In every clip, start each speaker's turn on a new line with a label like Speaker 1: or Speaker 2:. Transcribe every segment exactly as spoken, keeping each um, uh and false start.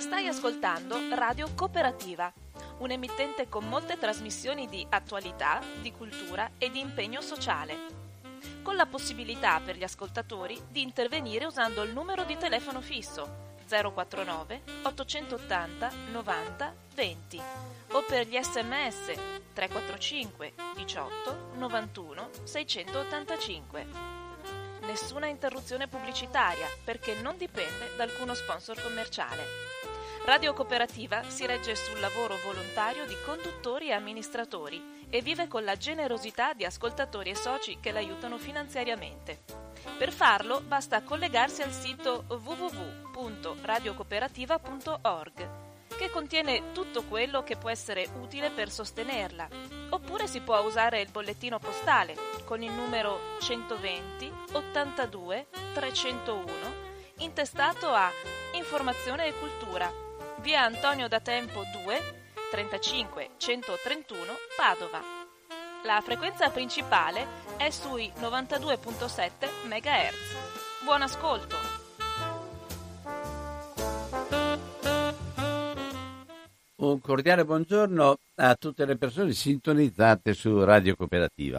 Speaker 1: Stai ascoltando Radio Cooperativa, un emittente con molte trasmissioni di attualità, di cultura e di impegno sociale, con la possibilità per gli ascoltatori di intervenire usando il numero di telefono fisso zero quattro nove ottocentottanta novanta venti o per gli sms tre quattro cinque diciotto novantuno seicentottantacinque. Nessuna interruzione pubblicitaria perché non dipende da alcuno sponsor commerciale. Radio Cooperativa si regge sul lavoro volontario di conduttori e amministratori e vive con la generosità di ascoltatori e soci che l'aiutano finanziariamente. Per farlo basta collegarsi al sito w w w punto radiocooperativa punto org, che contiene tutto quello che può essere utile per sostenerla, oppure si può usare il bollettino postale con il numero centoventi ottantadue trecentouno intestato a Informazione e Cultura, via Antonio da Tempo due, trentacinque centotrentuno Padova. La frequenza principale è sui novantadue virgola sette megahertz. Buon ascolto!
Speaker 2: Un cordiale buongiorno a tutte le persone sintonizzate su Radio Cooperativa.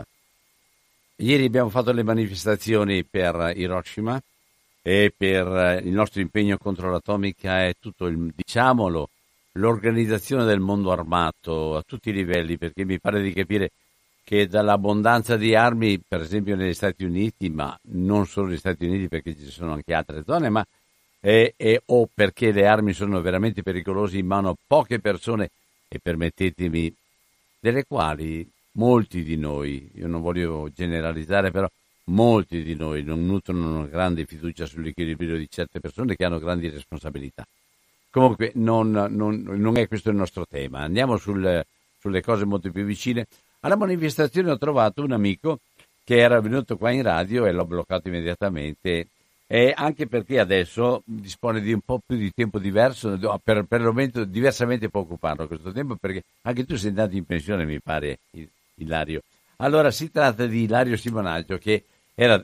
Speaker 2: Ieri abbiamo fatto le manifestazioni per Hiroshima e per il nostro impegno contro l'atomica e tutto il, diciamolo, l'organizzazione del mondo armato a tutti i livelli, perché mi pare di capire che dall'abbondanza di armi, per esempio negli Stati Uniti, ma non solo negli Stati Uniti perché ci sono anche altre zone, ma e, e, o perché le armi sono veramente pericolose in mano a poche persone, e permettetemi, delle quali molti di noi, io non voglio generalizzare, però molti di noi non nutrono una grande fiducia sull'equilibrio di certe persone che hanno grandi responsabilità. Comunque non, non, non è questo il nostro tema, andiamo sul, sulle cose molto più vicine. Alla manifestazione ho trovato un amico che era venuto qua in radio e l'ho bloccato immediatamente, e anche perché adesso dispone di un po' più di tempo diverso, per, per il momento diversamente può occuparlo questo tempo, perché anche tu sei andato in pensione, mi pare, Ilario. Allora si tratta di Ilario Simonaggio, che era,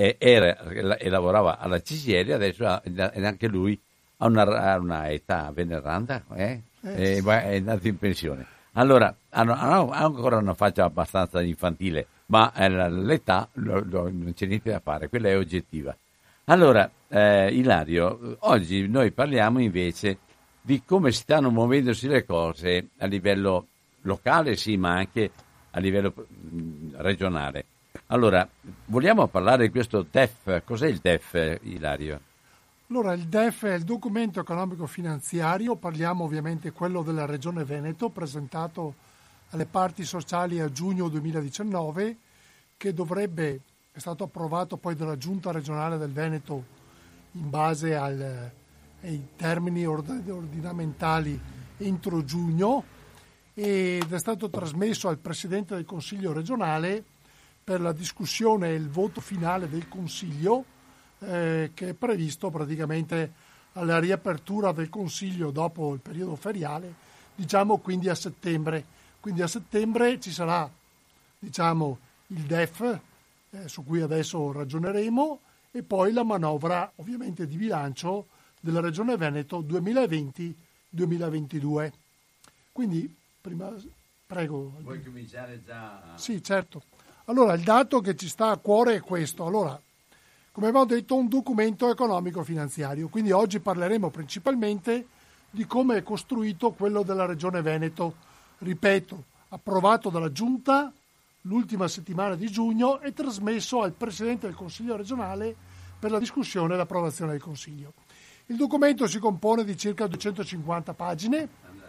Speaker 2: era e lavorava alla C S I L, adesso ha, anche lui ha una, una età veneranda, eh? Eh, e è andato in pensione. Allora ha, ha ancora una faccia abbastanza infantile, ma l'età lo, lo, non c'è niente da fare, quella è oggettiva. Allora, eh, Ilario, oggi noi parliamo invece di come stanno muovendosi le cose a livello locale, sì, ma anche a livello mh, regionale. Allora, vogliamo parlare di questo D E F? Cos'è il D E F, Ilario?
Speaker 3: Allora, il D E F è il documento economico-finanziario, parliamo ovviamente quello della Regione Veneto, presentato alle parti sociali a giugno duemiladiciannove, che dovrebbe, è stato approvato poi dalla Giunta regionale del Veneto in base al, ai termini ordinamentali entro giugno, ed è stato trasmesso al Presidente del Consiglio regionale per la discussione e il voto finale del Consiglio, eh, che è previsto praticamente alla riapertura del Consiglio dopo il periodo feriale, diciamo quindi a settembre. Quindi a settembre ci sarà, diciamo, il D E F, eh, su cui adesso ragioneremo, e poi la manovra ovviamente di bilancio della Regione Veneto duemilaventi duemilaventidue. Quindi, prima, prego.
Speaker 2: Vuoi cominciare già?
Speaker 3: Sì, certo. Allora, il dato che ci sta a cuore è questo. Allora, come abbiamo detto, un documento economico-finanziario. Quindi oggi parleremo principalmente di come è costruito quello della Regione Veneto. Ripeto, approvato dalla Giunta l'ultima settimana di giugno e trasmesso al Presidente del Consiglio regionale per la discussione e l'approvazione del Consiglio. Il documento si compone di circa duecentocinquanta pagine,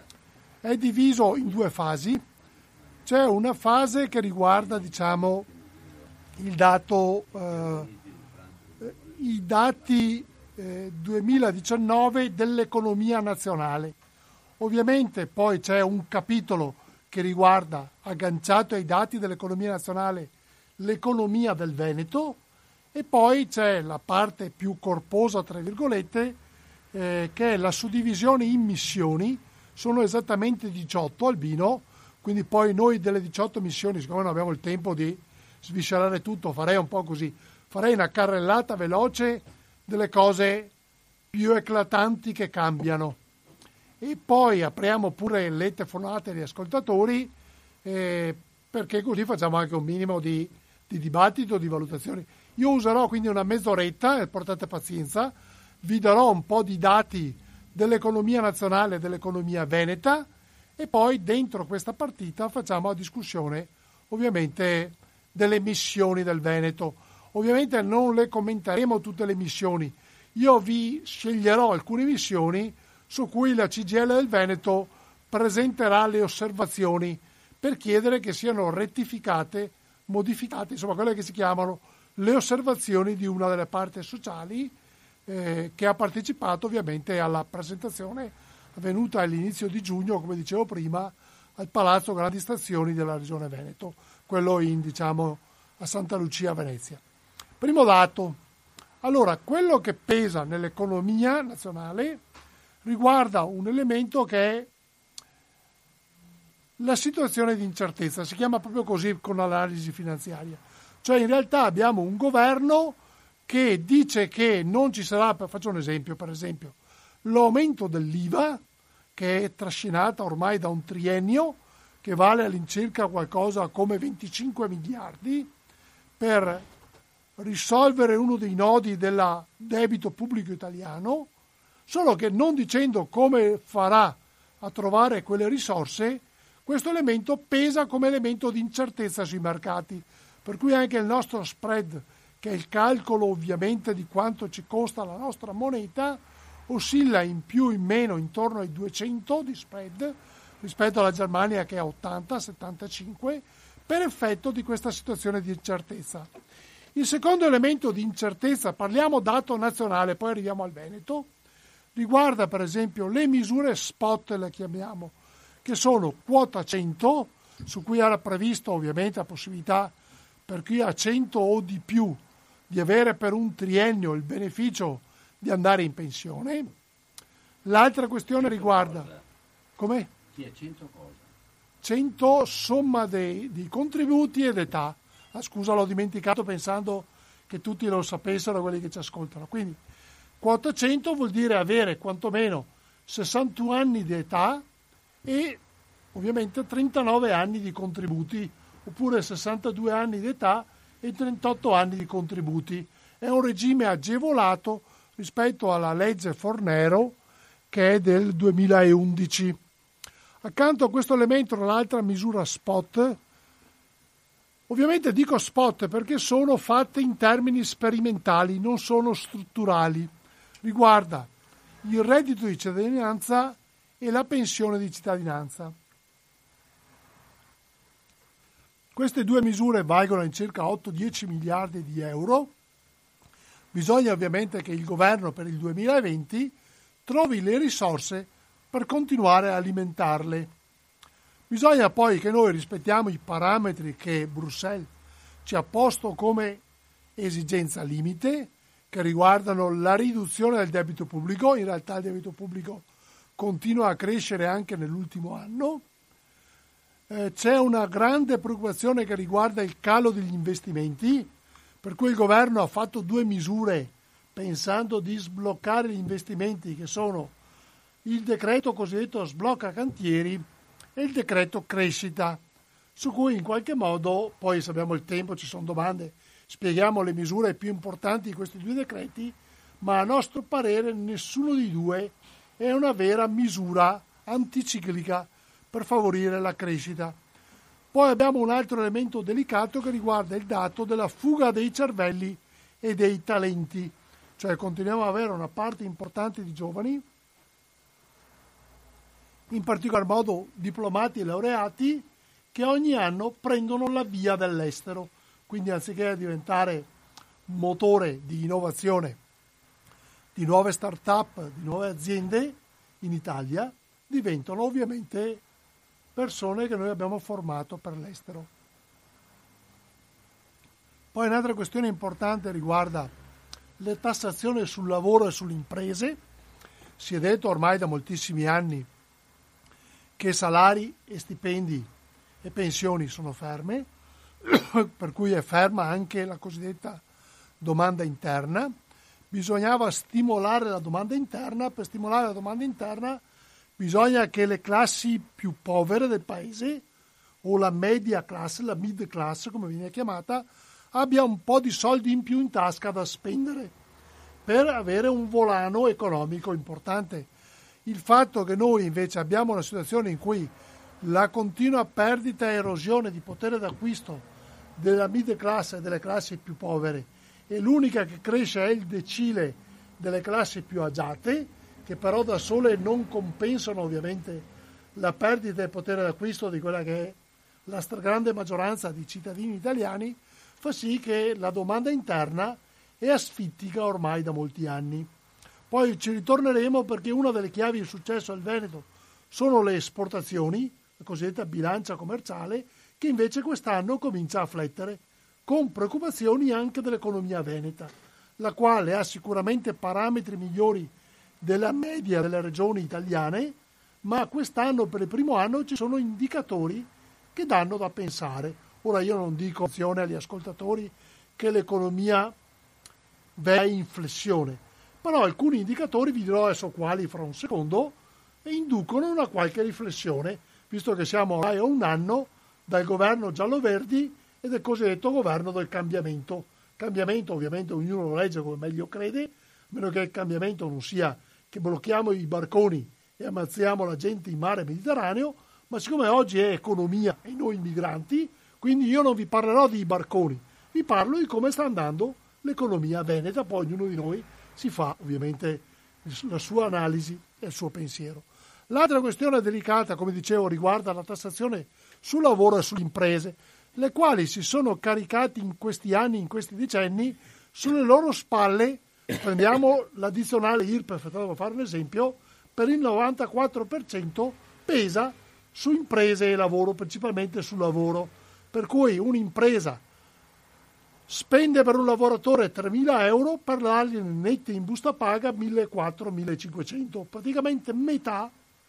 Speaker 3: è diviso in due fasi. C'è una fase che riguarda, diciamo, il dato, eh, i dati eh, duemiladiciannove dell'economia nazionale. Ovviamente poi c'è un capitolo che riguarda, agganciato ai dati dell'economia nazionale, l'economia del Veneto, e poi c'è la parte più corposa, tra virgolette, eh, che è la suddivisione in missioni. Sono esattamente diciotto, Albino, quindi poi noi delle diciotto missioni, siccome non abbiamo il tempo di sviscerare tutto, farei un po' così, farei una carrellata veloce delle cose più eclatanti che cambiano. e poi apriamo pure le telefonate agli ascoltatori, eh, perché così facciamo anche un minimo di, di dibattito, di valutazioni. Io userò quindi una mezz'oretta, portate pazienza, vi darò un po' di dati dell'economia nazionale e dell'economia veneta, e poi dentro questa partita facciamo la discussione ovviamente delle missioni del Veneto. Ovviamente non le commenteremo tutte le missioni, io vi sceglierò alcune missioni su cui la C G I L del Veneto presenterà le osservazioni per chiedere che siano rettificate, modificate, insomma quelle che si chiamano le osservazioni di una delle parti sociali eh, che ha partecipato ovviamente alla presentazione avvenuta all'inizio di giugno, come dicevo prima, al Palazzo Grandi Stazioni della Regione Veneto, quello in, diciamo, a Santa Lucia, Venezia. Primo dato. Allora, quello che pesa nell'economia nazionale riguarda un elemento che è la situazione di incertezza, si chiama proprio così con l'analisi finanziaria. Cioè in realtà abbiamo un governo che dice che non ci sarà, faccio un esempio, per esempio, l'aumento dell'I V A, che è trascinata ormai da un triennio, che vale all'incirca qualcosa come venticinque miliardi, per risolvere uno dei nodi del debito pubblico italiano, solo che non dicendo come farà a trovare quelle risorse, questo elemento pesa come elemento di incertezza sui mercati, per cui anche il nostro spread, che è il calcolo ovviamente di quanto ci costa la nostra moneta, oscilla in più in meno intorno ai duecento di spread rispetto alla Germania che è ottanta settantacinque, per effetto di questa situazione di incertezza. Il secondo elemento di incertezza, parliamo dato nazionale, poi arriviamo al Veneto, riguarda per esempio le misure spot, le chiamiamo, che sono quota cento, su cui era previsto ovviamente la possibilità per chi ha cento o di più di avere per un triennio il beneficio di andare in pensione. L'altra questione riguarda... Come?
Speaker 2: Chi è cento cosa?
Speaker 3: cento somma dei, di contributi ed età. Ah, scusa, l'ho dimenticato pensando che tutti lo sapessero, quelli che ci ascoltano. Quindi quota cento vuol dire avere quantomeno sessantadue anni di età e ovviamente trentanove anni di contributi, oppure sessantadue anni di età e trentotto anni di contributi. È un regime agevolato rispetto alla legge Fornero, che è del duemilaundici. Accanto a questo elemento l'altra misura spot. Ovviamente dico spot perché sono fatte in termini sperimentali, non sono strutturali. Riguarda il reddito di cittadinanza e la pensione di cittadinanza. Queste due misure valgono in circa otto dieci miliardi di euro. Bisogna ovviamente che il governo per il duemilaventi trovi le risorse per continuare a alimentarle. Bisogna poi che noi rispettiamo i parametri che Bruxelles ci ha posto come esigenza limite, che riguardano la riduzione del debito pubblico. In realtà il debito pubblico continua a crescere anche nell'ultimo anno. Eh, c'è una grande preoccupazione che riguarda il calo degli investimenti, per cui il governo ha fatto due misure pensando di sbloccare gli investimenti, che sono il decreto cosiddetto sblocca cantieri e il decreto crescita, su cui in qualche modo, poi se abbiamo il tempo, ci sono domande, spieghiamo le misure più importanti di questi due decreti, ma a nostro parere nessuno dei due è una vera misura anticiclica per favorire la crescita. Poi abbiamo un altro elemento delicato che riguarda il dato della fuga dei cervelli e dei talenti, cioè continuiamo ad avere una parte importante di giovani, in particolar modo diplomati e laureati, che ogni anno prendono la via dell'estero, quindi anziché diventare motore di innovazione di nuove start-up, di nuove aziende in Italia, diventano ovviamente persone che noi abbiamo formato per l'estero. Poi un'altra questione importante riguarda le tassazioni sul lavoro e sulle imprese. Si è detto ormai da moltissimi anni che salari e stipendi e pensioni sono ferme, per cui è ferma anche la cosiddetta domanda interna. Bisognava stimolare la domanda interna, per stimolare la domanda interna bisogna che le classi più povere del paese, o la media classe, la mid class come viene chiamata, abbia un po' di soldi in più in tasca da spendere per avere un volano economico importante. Il fatto che noi invece abbiamo una situazione in cui la continua perdita e erosione di potere d'acquisto della mid class e delle classi più povere, e l'unica che cresce è il decile delle classi più agiate, che però da sole non compensano ovviamente la perdita di potere d'acquisto di quella che è la stragrande maggioranza di cittadini italiani, fa sì che la domanda interna è asfittica ormai da molti anni. Poi ci ritorneremo, perché una delle chiavi di successo del Veneto sono le esportazioni, la cosiddetta bilancia commerciale, che invece quest'anno comincia a flettere, con preoccupazioni anche dell'economia veneta, la quale ha sicuramente parametri migliori della media delle regioni italiane, ma quest'anno per il primo anno ci sono indicatori che danno da pensare. Ora io non dico attenzione agli ascoltatori che l'economia va in flessione, però alcuni indicatori, vi dirò adesso quali fra un secondo, inducono una qualche riflessione, visto che siamo ormai a un anno dal governo giallo-verdi e del cosiddetto governo del cambiamento. Cambiamento ovviamente ognuno lo legge come meglio crede, a meno che il cambiamento non sia che blocchiamo i barconi e ammazziamo la gente in mare Mediterraneo, ma siccome oggi è economia e noi migranti, quindi io non vi parlerò di barconi, vi parlo di come sta andando l'economia veneta, poi ognuno di noi si fa ovviamente la sua analisi e il suo pensiero. L'altra questione delicata, come dicevo, riguarda la tassazione sul lavoro e sulle imprese, le quali si sono caricati in questi anni, in questi decenni, sulle loro spalle. Prendiamo l'addizionale I R P E F, devo fare un esempio, per il novantaquattro per cento pesa su imprese e lavoro, principalmente sul lavoro, per cui un'impresa spende per un lavoratore tremila euro, per dargli netti in busta paga millequattrocento millecinquecento, praticamente metà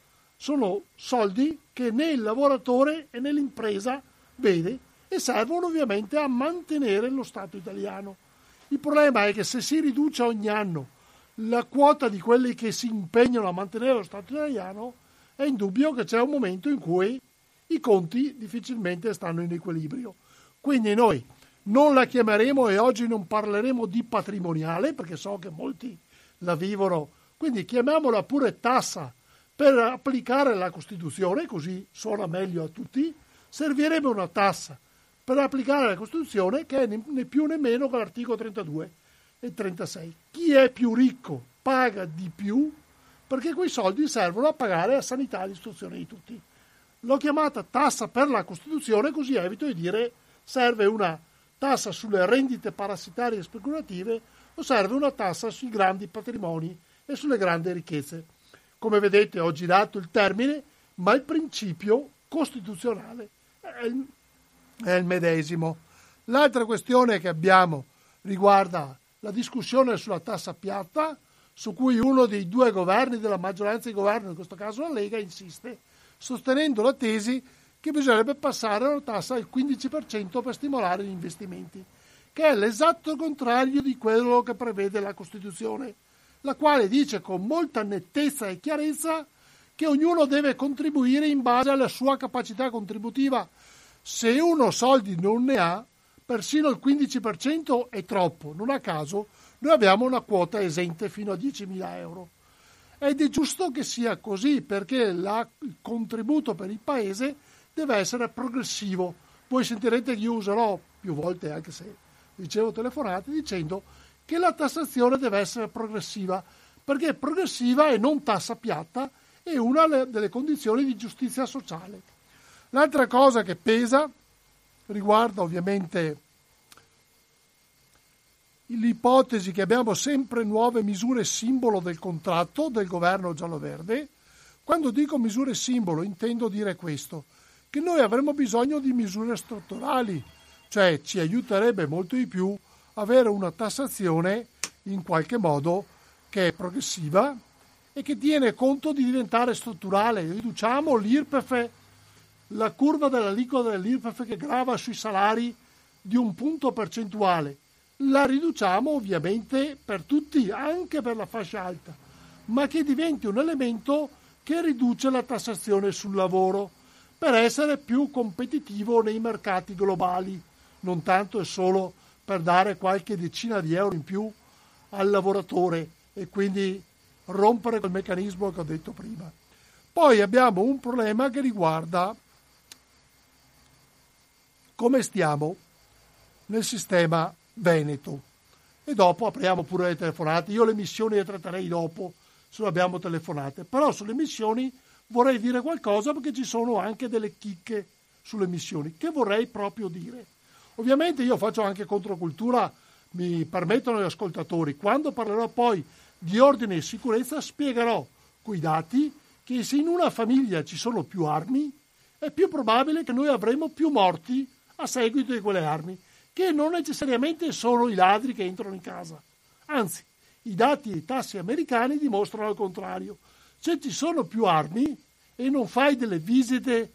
Speaker 3: sono soldi che né il lavoratore e né l'impresa vede, e servono ovviamente a mantenere lo Stato italiano. Il problema è che se si riduce ogni anno la quota di quelli che si impegnano a mantenere lo Stato italiano, è indubbio che c'è un momento in cui i conti difficilmente stanno in equilibrio. Quindi noi non la chiameremo, e oggi non parleremo di patrimoniale, perché so che molti la vivono, quindi chiamiamola pure tassa per applicare la Costituzione, così suona meglio a tutti. Servirebbe una tassa per applicare la Costituzione, che è né più né meno che l'articolo trentadue e trentasei. Chi è più ricco paga di più, perché quei soldi servono a pagare la sanità e l'istruzione di tutti. L'ho chiamata tassa per la Costituzione, così evito di dire serve una tassa sulle rendite parassitarie e speculative o serve una tassa sui grandi patrimoni e sulle grandi ricchezze. Come vedete ho girato il termine, ma il principio costituzionale è il, è il medesimo. L'altra questione che abbiamo riguarda la discussione sulla tassa piatta, su cui uno dei due governi della maggioranza di governo, in questo caso la Lega, insiste, sostenendo la tesi che bisognerebbe passare a una tassa del quindici per cento per stimolare gli investimenti, che è l'esatto contrario di quello che prevede la Costituzione, la quale dice con molta nettezza e chiarezza che ognuno deve contribuire in base alla sua capacità contributiva. Se uno soldi non ne ha, persino il quindici per cento è troppo. Non a caso noi abbiamo una quota esente fino a diecimila euro. Ed è giusto che sia così, perché la, il contributo per il Paese deve essere progressivo. Voi sentirete che io userò più volte, anche se ricevo telefonate, dicendo che la tassazione deve essere progressiva, perché è progressiva e non tassa piatta, è una delle condizioni di giustizia sociale. L'altra cosa che pesa riguarda ovviamente l'ipotesi che abbiamo sempre nuove misure simbolo del contratto del governo giallo-verde. Quando dico misure simbolo intendo dire questo, che noi avremo bisogno di misure strutturali, cioè ci aiuterebbe molto di più avere una tassazione in qualche modo che è progressiva e che tiene conto di diventare strutturale. Riduciamo l'I R P E F, la curva dell'aliquota dell'I R P E F che grava sui salari di un punto percentuale, la riduciamo ovviamente per tutti, anche per la fascia alta, ma che diventi un elemento che riduce la tassazione sul lavoro per essere più competitivo nei mercati globali, non tanto e solo per dare qualche decina di euro in più al lavoratore e quindi rompere quel meccanismo che ho detto prima. Poi abbiamo un problema che riguarda come stiamo nel sistema Veneto e dopo apriamo pure le telefonate. Io le missioni le tratterei dopo se non abbiamo telefonate, però sulle missioni vorrei dire qualcosa perché ci sono anche delle chicche sulle missioni che vorrei proprio dire. Ovviamente io faccio anche controcultura, mi permettono gli ascoltatori. Quando parlerò poi di ordine e sicurezza spiegherò coi dati che se in una famiglia ci sono più armi è più probabile che noi avremo più morti a seguito di quelle armi, che non necessariamente sono i ladri che entrano in casa. Anzi, i dati e i tassi americani dimostrano il contrario. Se ci sono più armi e non fai delle visite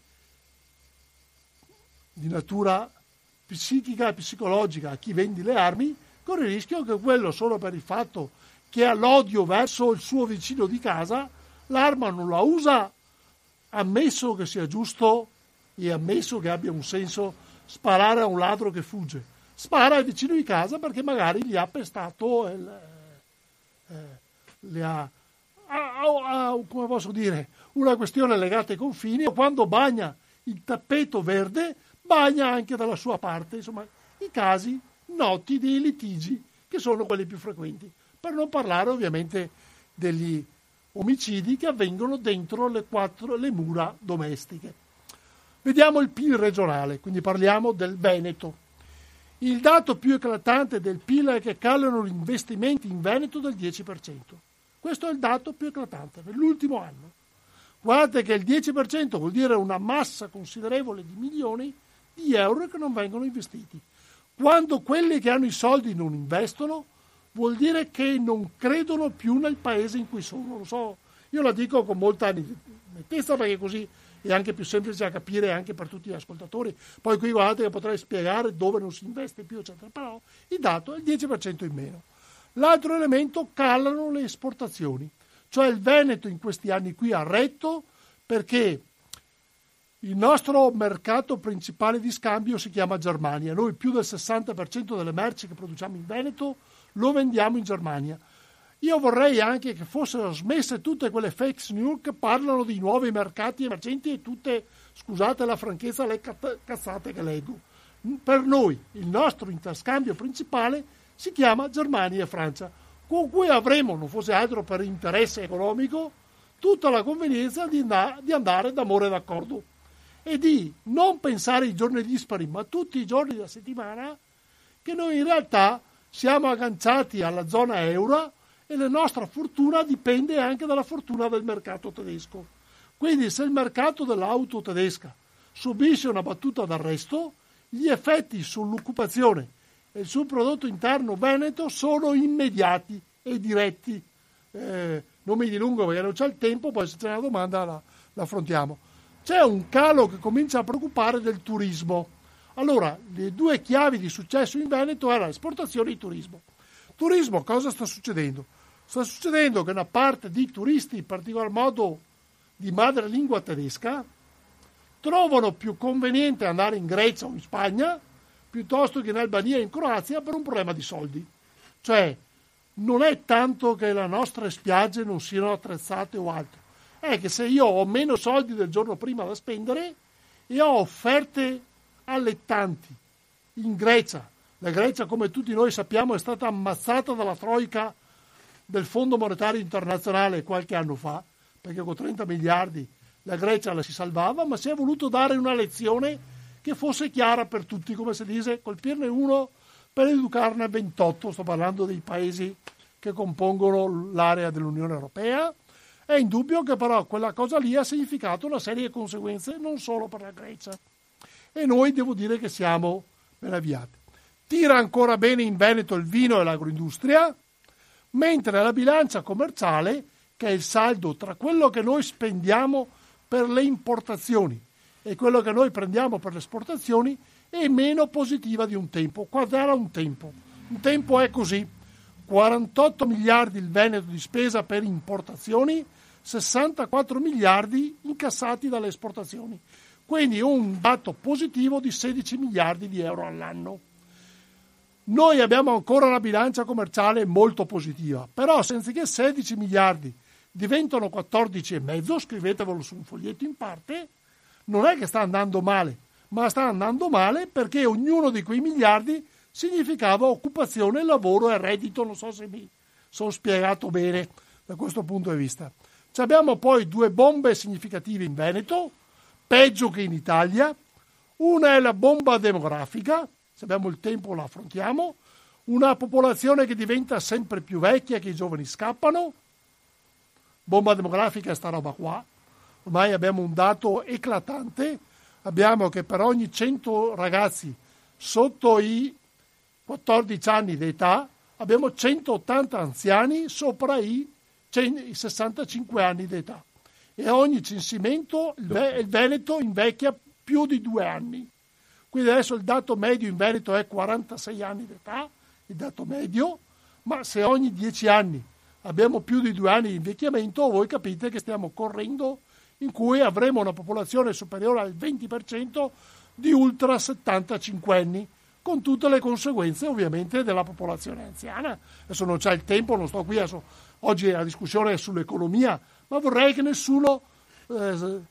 Speaker 3: di natura psichica e psicologica a chi vendi le armi, corre il rischio che quello, solo per il fatto che ha l'odio verso il suo vicino di casa, l'arma non la usa, ammesso che sia giusto e ammesso che abbia un senso sparare a un ladro che fugge. Spara al vicino di casa perché magari gli ha pestato, il, eh, le ha, ha, ha, come posso dire, una questione legata ai confini, o quando bagna il tappeto verde, bagna anche dalla sua parte. Insomma, i casi noti dei litigi, che sono quelli più frequenti. Per non parlare ovviamente degli omicidi che avvengono dentro le quattro le mura domestiche. Vediamo il P I L regionale, quindi parliamo del Veneto. Il dato più eclatante del P I L è che calano gli investimenti in Veneto del dieci per cento. Questo è il dato più eclatante nell'ultimo anno. Guardate che il dieci per cento vuol dire una massa considerevole di milioni di euro che non vengono investiti. Quando quelli che hanno i soldi non investono, vuol dire che non credono più nel paese in cui sono. Lo so, io la dico con molta nettezza perché così è anche più semplice da capire anche per tutti gli ascoltatori. Poi qui guardate che potrei spiegare dove non si investe più, eccetera. Però il dato è il dieci per cento in meno. L'altro elemento, calano le esportazioni. Cioè il Veneto in questi anni qui ha retto perché il nostro mercato principale di scambio si chiama Germania. Noi più del sessanta per cento delle merci che produciamo in Veneto lo vendiamo in Germania. Io vorrei anche che fossero smesse tutte quelle fake news che parlano di nuovi mercati emergenti e tutte, scusate la franchezza, le cazzate che leggo. Per noi il nostro interscambio principale si chiama Germania e Francia, con cui avremo, non fosse altro per interesse economico, tutta la convenienza di, and- di andare d'amore d'accordo e di non pensare ai giorni dispari, ma tutti i giorni della settimana, che noi in realtà siamo agganciati alla zona euro e la nostra fortuna dipende anche dalla fortuna del mercato tedesco. Quindi se il mercato dell'auto tedesca subisce una battuta d'arresto, gli effetti sull'occupazione e sul prodotto interno veneto sono immediati e diretti. Eh, non mi dilungo perché non c'è il tempo, poi se c'è una domanda la, la affrontiamo. C'è un calo che comincia a preoccupare del turismo. Allora, le due chiavi di successo in Veneto erano esportazione e turismo. Turismo, cosa sta succedendo? Sta succedendo che una parte di turisti, in particolar modo di madrelingua tedesca, trovano più conveniente andare in Grecia o in Spagna piuttosto che in Albania e in Croazia per un problema di soldi. Cioè, non è tanto che le nostre spiagge non siano attrezzate o altro, è che se io ho meno soldi del giorno prima da spendere e ho offerte allettanti in Grecia, la Grecia, come tutti noi sappiamo, è stata ammazzata dalla troica del Fondo Monetario Internazionale qualche anno fa, perché con trenta miliardi la Grecia la si salvava, ma si è voluto dare una lezione che fosse chiara per tutti, come si dice, colpirne uno per educarne ventotto. Sto parlando dei paesi che compongono l'area dell'Unione Europea. È indubbio che però quella cosa lì ha significato una serie di conseguenze non solo per la Grecia. E noi devo dire che siamo ben avviati. Tira ancora bene in Veneto il vino e l'agroindustria, mentre la bilancia commerciale, che è il saldo tra quello che noi spendiamo per le importazioni e quello che noi prendiamo per le esportazioni, è meno positiva di un tempo. Quando era un tempo? Un tempo è così: quarantotto miliardi il Veneto di spesa per importazioni, sessantaquattro miliardi incassati dalle esportazioni. Quindi un dato positivo di sedici miliardi di euro all'anno. Noi abbiamo ancora una bilancia commerciale molto positiva, però se anziché sedici miliardi diventano quattordici e mezzo, scrivetevelo su un foglietto in parte, non è che sta andando male, ma sta andando male perché ognuno di quei miliardi significava occupazione, lavoro e reddito. Non so se mi sono spiegato bene da questo punto di vista. Ci abbiamo poi due bombe significative in Veneto, peggio che in Italia. Una è la bomba demografica, se abbiamo il tempo la affrontiamo, una popolazione che diventa sempre più vecchia, che i giovani scappano. Bomba demografica è sta roba qua. Ormai abbiamo un dato eclatante, abbiamo che per ogni cento ragazzi sotto i quattordici anni di età abbiamo centottanta anziani sopra i sessantacinque anni di età, e a ogni censimento il, Ve- il Veneto invecchia più di due anni. Quindi adesso il dato medio in Veneto è quarantasei anni di età, il dato medio, ma se ogni dieci anni abbiamo più di due anni di invecchiamento, voi capite che stiamo correndo in cui avremo una popolazione superiore al venti per cento di ultra settantacinquenni, con tutte le conseguenze ovviamente della popolazione anziana. Adesso non c'è il tempo, non sto qui, adesso, oggi la discussione è sull'economia, ma vorrei che nessuno eh,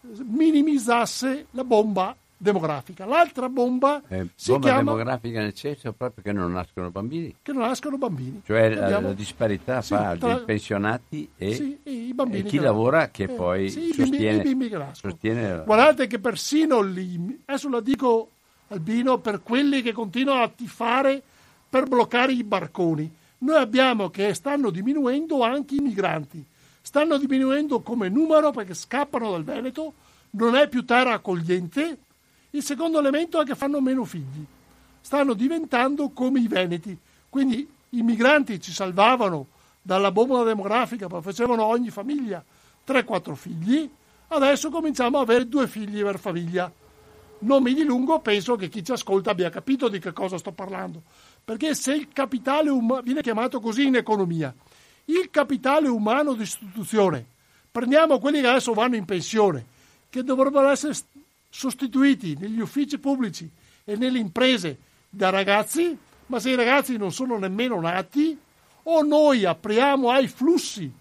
Speaker 3: minimizzasse la bomba demografica. L'altra bomba
Speaker 2: eh,
Speaker 3: si
Speaker 2: bomba
Speaker 3: chiama...
Speaker 2: demografica nel senso proprio che non nascono bambini.
Speaker 3: Che non nascono bambini.
Speaker 2: Cioè la, la disparità
Speaker 3: sì,
Speaker 2: fra
Speaker 3: tra...
Speaker 2: i pensionati e,
Speaker 3: sì, e, i bambini
Speaker 2: e chi
Speaker 3: che
Speaker 2: lavora che
Speaker 3: eh,
Speaker 2: poi
Speaker 3: sì,
Speaker 2: sostiene,
Speaker 3: i bimbi che nascono.
Speaker 2: sostiene...
Speaker 3: Guardate che persino lì, adesso la dico Albino, per quelli che continuano a tifare per bloccare i barconi, noi abbiamo che stanno diminuendo anche i migranti, stanno diminuendo come numero perché scappano dal Veneto, non è più terra accogliente. Il secondo elemento è che fanno meno figli, stanno diventando come i veneti, quindi i migranti ci salvavano dalla bomba demografica, ma facevano ogni famiglia tre quattro figli, adesso cominciamo a avere due figli per famiglia. Non mi dilungo, penso che chi ci ascolta abbia capito di che cosa sto parlando, perché se il capitale umano, viene chiamato così in economia, il capitale umano di istituzione, prendiamo quelli che adesso vanno in pensione, che dovrebbero essere sostituiti negli uffici pubblici e nelle imprese da ragazzi, ma se i ragazzi non sono nemmeno nati, o noi apriamo ai flussi,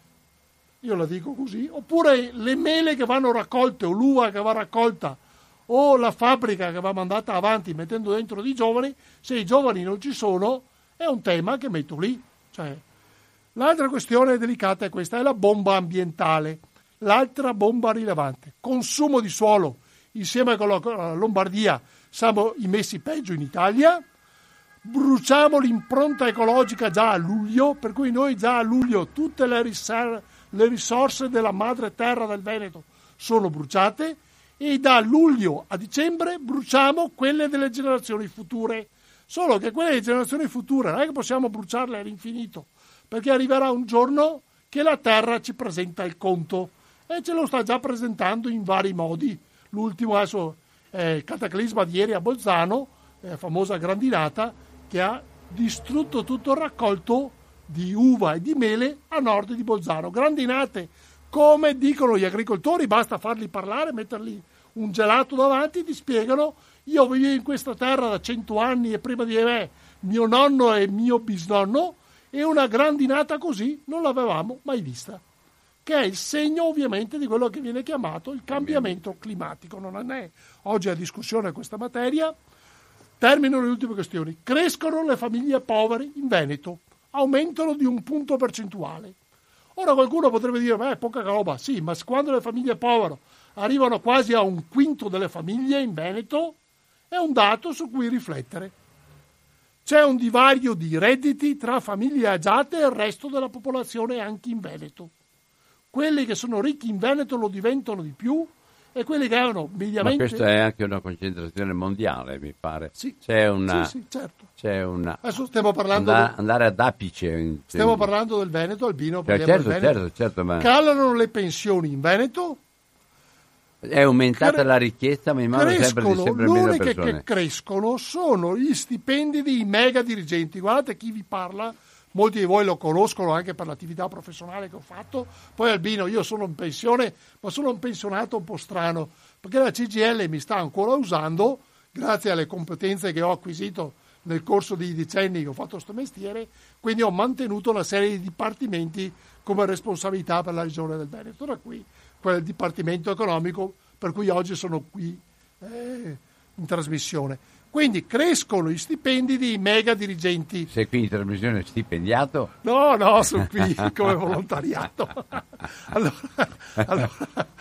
Speaker 3: io la dico così, oppure le mele che vanno raccolte o l'uva che va raccolta o la fabbrica che va mandata avanti mettendo dentro dei giovani, se i giovani non ci sono è un tema che metto lì. Cioè, l'altra questione delicata è questa, è la bomba ambientale. L'altra bomba rilevante, consumo di suolo, insieme con la Lombardia siamo i messi peggio in Italia, bruciamo l'impronta ecologica già a luglio, per cui noi già a luglio tutte le, riser- le risorse della madre terra del Veneto sono bruciate, e da luglio a dicembre bruciamo quelle delle generazioni future. Solo che quelle delle generazioni future non è che possiamo bruciarle all'infinito, perché arriverà un giorno che la terra ci presenta il conto, e ce lo sta già presentando in vari modi. L'ultimo adesso è il cataclisma di ieri a Bolzano, la famosa grandinata che ha distrutto tutto il raccolto di uva e di mele a nord di Bolzano. Grandinate, come dicono gli agricoltori, basta farli parlare, mettergli un gelato davanti, ti spiegano: io vivo in questa terra da cento anni e prima di me mio nonno e mio bisnonno, e una grandinata così non l'avevamo mai vista, che è il segno ovviamente di quello che viene chiamato il cambiamento climatico. Non è oggi a discussione questa materia. Termino le ultime questioni. Crescono le famiglie povere in Veneto, aumentano di un punto percentuale. Ora qualcuno potrebbe dire, beh, poca roba. Sì, ma quando le famiglie povere arrivano quasi a un quinto delle famiglie in Veneto, è un dato su cui riflettere. C'è un divario di redditi tra famiglie agiate e il resto della popolazione anche in Veneto. Quelli che sono ricchi in Veneto lo diventano di più, e quelli che hanno mediamente...
Speaker 2: Ma questa è anche una concentrazione mondiale, mi pare.
Speaker 3: Sì,
Speaker 2: c'è una...
Speaker 3: sì, sì, certo.
Speaker 2: C'è una...
Speaker 3: Adesso stiamo parlando...
Speaker 2: Andare,
Speaker 3: del...
Speaker 2: andare ad apice. In...
Speaker 3: Stiamo parlando del Veneto, Albino.
Speaker 2: Cioè, certo, del Veneto. certo, certo, ma...
Speaker 3: Calano le pensioni in Veneto.
Speaker 2: È aumentata
Speaker 3: Cre...
Speaker 2: la richiesta, ma in mano sempre di sempre meno persone.
Speaker 3: L'uniche che crescono sono gli stipendi dei mega dirigenti. Guardate chi vi parla, molti di voi lo conoscono anche per l'attività professionale che ho fatto. Poi Albino, io sono in pensione, ma sono un pensionato un po' strano, perché la C G I L mi sta ancora usando, grazie alle competenze che ho acquisito nel corso dei decenni che ho fatto questo mestiere, quindi ho mantenuto una serie di dipartimenti come responsabilità per la regione del Veneto, da qui quel dipartimento economico per cui oggi sono qui eh, in trasmissione. Quindi crescono gli stipendi dei mega dirigenti.
Speaker 2: Sei qui in trasmissione stipendiato?
Speaker 3: No, no, sono qui come volontariato. Allora, allora,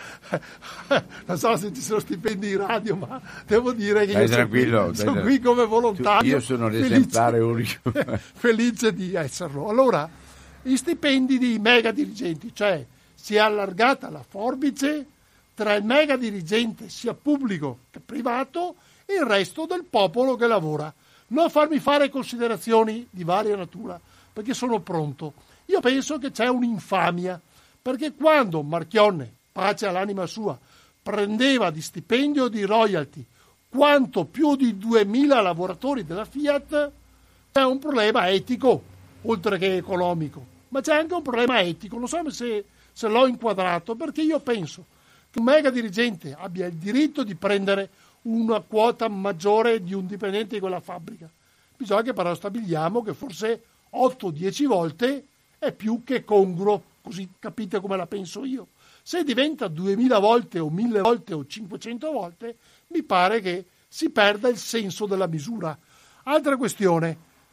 Speaker 3: non so se ci sono stipendi in radio, ma devo dire che
Speaker 2: dai,
Speaker 3: io sono, qui,
Speaker 2: dai,
Speaker 3: sono qui come volontario.
Speaker 2: Io sono l'esemplare unico.
Speaker 3: Felice di esserlo. Allora, gli stipendi dei mega dirigenti, cioè si è allargata la forbice tra il mega dirigente sia pubblico che privato e il resto del popolo che lavora. Non farmi fare considerazioni di varia natura, perché sono pronto. Io penso che c'è un'infamia, perché quando Marchionne, pace all'anima sua, prendeva di stipendio di royalty quanto più di duemila lavoratori della Fiat, c'è un problema etico, oltre che economico, ma c'è anche un problema etico. Non so se, se l'ho inquadrato, perché io penso che un mega dirigente abbia il diritto di prendere una quota maggiore di un dipendente di quella fabbrica. Bisogna che però stabiliamo che forse otto dieci volte è più che congruo, così capite come la penso io. Se diventa duemila volte o mille volte o cinquecento volte, mi pare che si perda il senso della misura. Altra questione: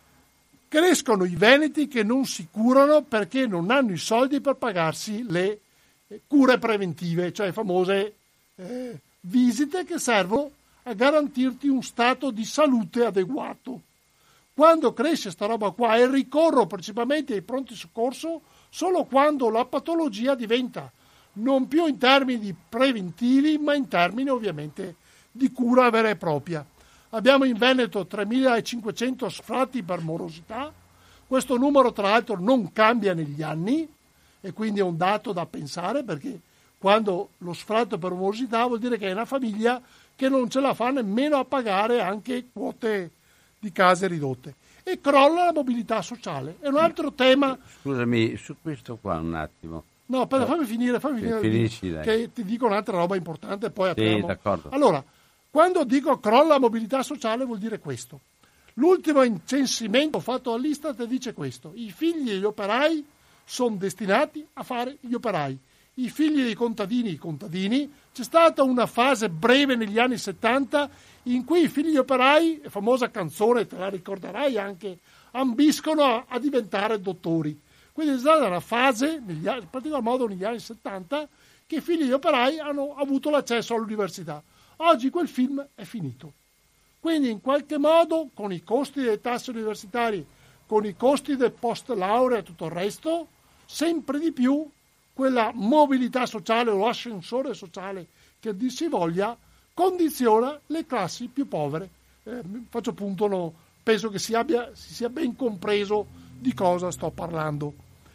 Speaker 3: crescono i veneti che non si curano perché non hanno i soldi per pagarsi le cure preventive, cioè famose eh, visite che servono a garantirti un stato di salute adeguato. Quando cresce sta roba qua, e ricorro principalmente ai pronti soccorso solo quando la patologia diventa non più in termini preventivi, ma in termini ovviamente di cura vera e propria. Abbiamo in Veneto tremilacinquecento sfratti per morosità. Questo numero tra l'altro non cambia negli anni, e quindi è un dato da pensare, perché quando lo sfratto per morosità vuol dire che è una famiglia che non ce la fa nemmeno a pagare anche quote di case ridotte. E crolla la mobilità sociale. È un altro tema.
Speaker 2: Scusami, su questo qua un attimo.
Speaker 3: No, però fammi finire, fammi finire
Speaker 2: Finisci, dai.
Speaker 3: Che ti dico un'altra roba importante, poi
Speaker 2: Sì,
Speaker 3: apriamo.
Speaker 2: d'accordo.
Speaker 3: Allora, quando dico crolla la mobilità sociale vuol dire questo. L'ultimo incensimento fatto dall'Istat dice questo: i figli degli operai sono destinati a fare gli operai. I figli dei contadini, i contadini. C'è stata una fase breve negli anni settanta in cui i figli operai, famosa canzone, te la ricorderai anche, ambiscono a, a diventare dottori. Quindi è stata una fase, negli anni, in particolar modo negli anni settanta, che i figli degli operai hanno avuto l'accesso all'università. Oggi quel film è finito. Quindi in qualche modo, con i costi delle tasse universitarie, con i costi del post laurea e tutto il resto, sempre di più quella mobilità sociale o ascensore sociale che dir si voglia condiziona le classi più povere. Eh, faccio punto, no, penso che si, abbia, si sia ben compreso di cosa sto parlando.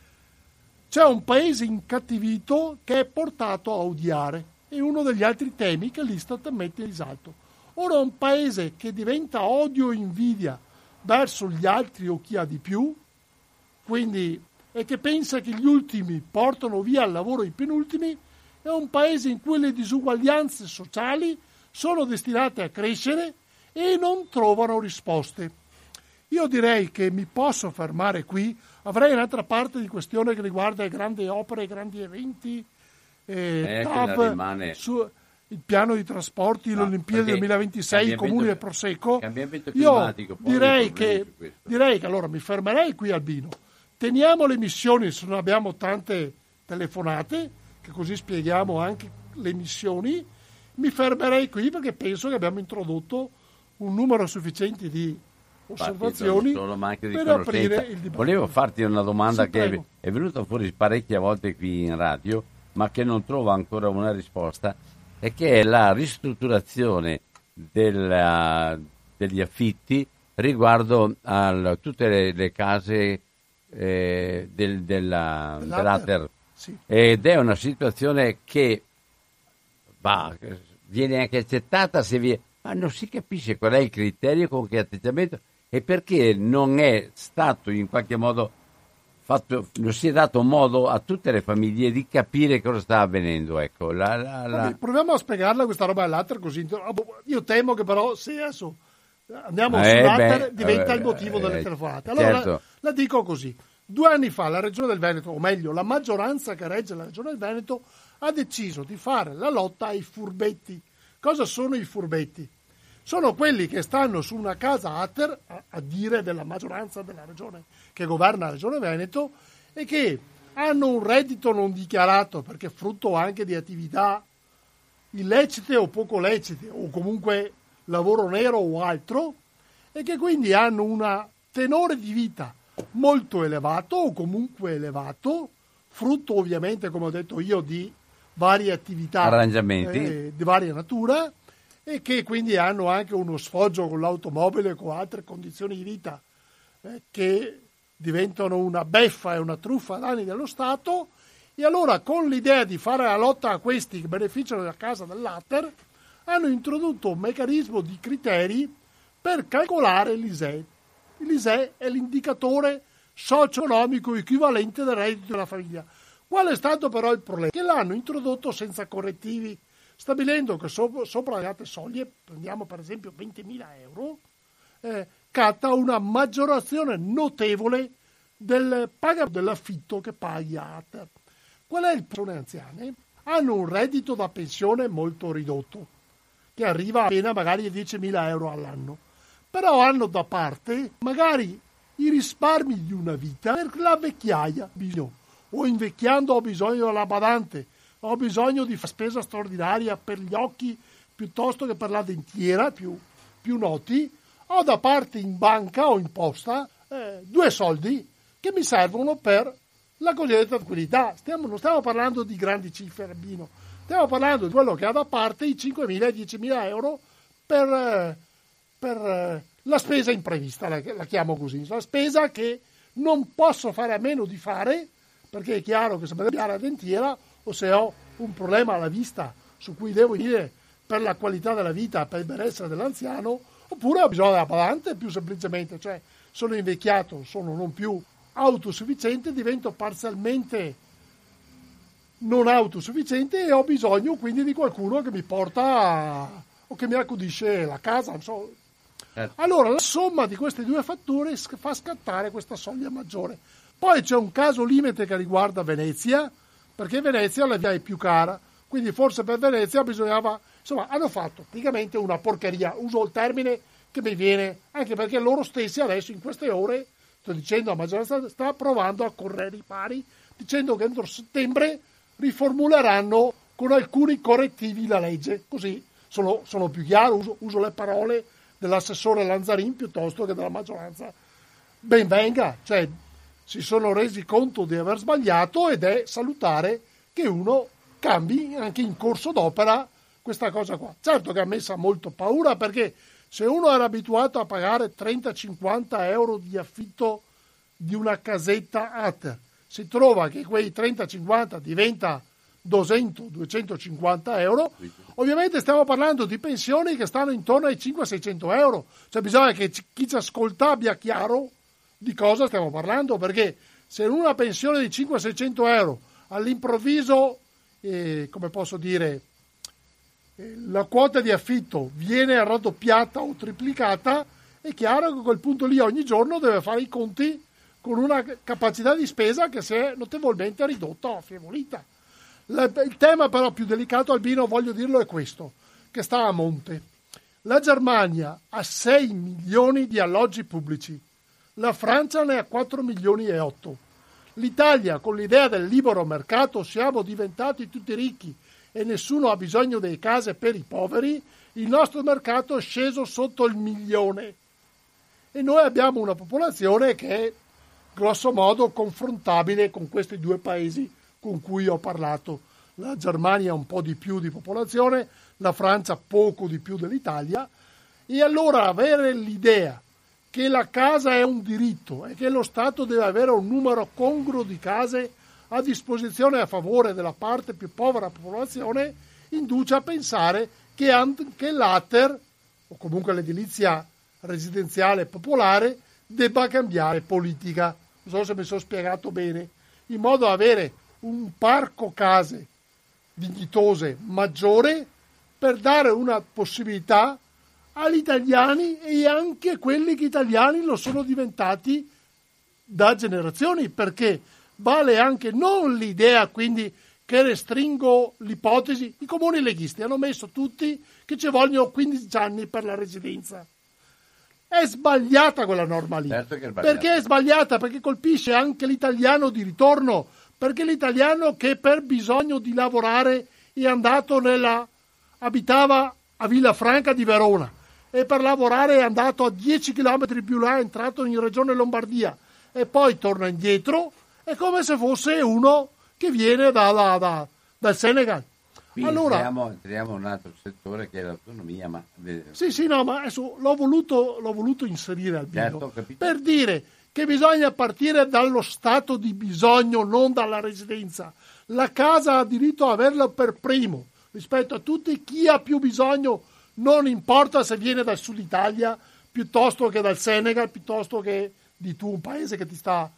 Speaker 3: C'è un paese incattivito che è portato a odiare, è uno degli altri temi che l'Istat mette in risalto. Ora un paese che diventa odio e invidia verso gli altri o chi ha di più, quindi, e che pensa che gli ultimi portano via al lavoro i penultimi, è un paese in cui le disuguaglianze sociali sono destinate a crescere e non trovano risposte. Io direi che mi posso fermare qui, avrei un'altra parte di questione che riguarda le grandi opere, i grandi eventi, eh,
Speaker 2: eh,
Speaker 3: T A V,
Speaker 2: rimane...
Speaker 3: su, il piano di trasporti, no, l'Olimpiadi duemilaventisei, i comuni del Prosecco. Io direi che, direi che allora mi fermerei qui, Albino. Teniamo le missioni, se non abbiamo tante telefonate, che così spieghiamo anche le missioni. Mi fermerei qui perché penso che abbiamo introdotto un numero sufficiente di osservazioni
Speaker 2: solo, ma anche di
Speaker 3: per aprire il dibattito.
Speaker 2: Volevo farti una domanda
Speaker 3: sì,
Speaker 2: che
Speaker 3: prego.
Speaker 2: è venuta fuori parecchie volte qui in radio, ma che non trova ancora una risposta, e che è la ristrutturazione della, degli affitti riguardo a tutte le, le case eh, del, della, dell'Ater.
Speaker 3: Sì.
Speaker 2: Ed è una situazione che va, viene anche accettata se vi, ma non si capisce qual è il criterio, con che atteggiamento, e perché non è stato in qualche modo fatto, non si è dato modo a tutte le famiglie di capire cosa sta avvenendo. Ecco, la, la, la...
Speaker 3: Vabbè, proviamo a spiegarla questa roba dell'Atter così. Io temo che però se adesso andiamo eh, sull'Atter diventa eh, il motivo eh, delle telefonate. Allora certo. la, la dico così. Due anni fa la Regione del Veneto, o meglio la maggioranza che regge la Regione del Veneto, ha deciso di fare la lotta ai furbetti. Cosa sono i furbetti? Sono quelli che stanno su una casa Atter, a, a dire della maggioranza della regione che governa la Regione Veneto, e che hanno un reddito non dichiarato perché frutto anche di attività illecite o poco lecite, o comunque lavoro nero o altro, e che quindi hanno un tenore di vita molto elevato o comunque elevato, frutto ovviamente, come ho detto io, di varie attività,
Speaker 2: arrangiamenti
Speaker 3: eh, di varia natura, e che quindi hanno anche uno sfoggio con l'automobile e con altre condizioni di vita eh, che diventano una beffa e una truffa ai danni dello Stato. E allora, con l'idea di fare la lotta a questi che beneficiano della casa dell'Atter, hanno introdotto un meccanismo di criteri per calcolare l'I S E E. L'I S E E è l'indicatore socio-economico equivalente del reddito della famiglia. Qual è stato però il problema? Che l'hanno introdotto senza correttivi, stabilendo che sopra, sopra le altre soglie, prendiamo per esempio ventimila euro, eh, catta una maggiorazione notevole del pagamento dell'affitto che paghi a Atter. Qual è il persone anziane? Hanno un reddito da pensione molto ridotto, che arriva appena magari a diecimila euro all'anno, però hanno da parte magari i risparmi di una vita per la vecchiaia, bisogno, o invecchiando ho bisogno della badante, ho bisogno di spesa straordinaria per gli occhi piuttosto che per la dentiera, più, più noti, ho da parte in banca o in posta eh, due soldi che mi servono per la cosiddetta tranquillità. Stiamo, non stiamo parlando di grandi cifre, Rabbino, stiamo parlando di quello che ha da parte i cinquemila e diecimila euro per, eh, per eh, la spesa imprevista, la, la chiamo così, la spesa che non posso fare a meno di fare, perché è chiaro che se mi devo cambiare la dentiera o se ho un problema alla vista su cui devo dire per la qualità della vita, per il benessere dell'anziano, oppure ho bisogno della badante, più semplicemente, cioè sono invecchiato, sono non più autosufficiente, divento parzialmente non autosufficiente e ho bisogno quindi di qualcuno che mi porta o che mi accudisce la casa, non so. Allora la somma di questi due fattori fa scattare questa soglia maggiore. Poi c'è un caso limite che riguarda Venezia, perché Venezia la via è più cara, quindi forse per Venezia bisognava, insomma, hanno fatto praticamente una porcheria, uso il termine che mi viene, anche perché loro stessi adesso in queste ore, sto dicendo, la maggioranza sta provando a correre i pari, dicendo che entro settembre riformuleranno con alcuni correttivi la legge, così sono, sono più chiaro, uso, uso le parole dell'assessore Lanzarin piuttosto che della maggioranza. Ben venga, cioè si sono resi conto di aver sbagliato ed è salutare che uno cambi anche in corso d'opera questa cosa qua. Certo che ha messa molto paura, perché se uno era abituato a pagare trenta cinquanta euro di affitto di una casetta Atter, si trova che quei trenta cinquanta diventa duecento duecentocinquanta euro, ovviamente stiamo parlando di pensioni che stanno intorno ai cinquecento seicento euro, cioè bisogna che chi ci ascolta abbia chiaro di cosa stiamo parlando, perché se in una pensione di cinquecento seicento euro all'improvviso, eh, come posso dire, eh, la quota di affitto viene raddoppiata o triplicata, è chiaro che a quel punto lì ogni giorno deve fare i conti con una capacità di spesa che si è notevolmente ridotta o affievolita. Il tema però più delicato, Albino, voglio dirlo, è questo, che sta a monte. La Germania ha sei milioni di alloggi pubblici, la Francia ne ha quattro milioni e otto. L'Italia, con l'idea del libero mercato, siamo diventati tutti ricchi e nessuno ha bisogno delle case per i poveri, il nostro mercato è sceso sotto il milione. E noi abbiamo una popolazione che è grosso modo confrontabile con questi due paesi con cui ho parlato. La Germania ha un po' di più di popolazione, la Francia poco di più dell'Italia, e allora avere l'idea che la casa è un diritto e che lo Stato deve avere un numero congruo di case a disposizione a favore della parte più povera della popolazione induce a pensare che anche l'Atter, o comunque l'edilizia residenziale popolare, debba cambiare politica. non so se mi sono spiegato bene, in modo da avere un parco case dignitose maggiore per dare una possibilità agli italiani e anche quelli che italiani lo sono diventati da generazioni, perché vale anche non l'idea quindi che restringo l'ipotesi, i comuni leghisti hanno messo tutti che ci vogliono quindici anni per la residenza. È sbagliata quella norma lì.
Speaker 2: Certo che è sbagliata.
Speaker 3: Perché è sbagliata? Perché colpisce anche l'italiano di ritorno, perché l'italiano che per bisogno di lavorare è andato nella abitava a Villafranca di Verona e per lavorare è andato a dieci chilometri più là, è entrato in regione Lombardia e poi torna indietro, è come se fosse uno che viene da, da, da, dal Senegal.
Speaker 2: Qui
Speaker 3: allora,
Speaker 2: entriamo, entriamo in un altro settore che è l'autonomia, ma...
Speaker 3: Sì, sì, no, ma adesso l'ho voluto, l'ho voluto inserire al
Speaker 2: certo,
Speaker 3: per dire che bisogna partire dallo stato di bisogno, non dalla residenza. La casa ha diritto a averla per primo rispetto a tutti. Chi ha più bisogno, non importa se viene dal sud Italia piuttosto che dal Senegal, piuttosto che di tu, un paese che ti sta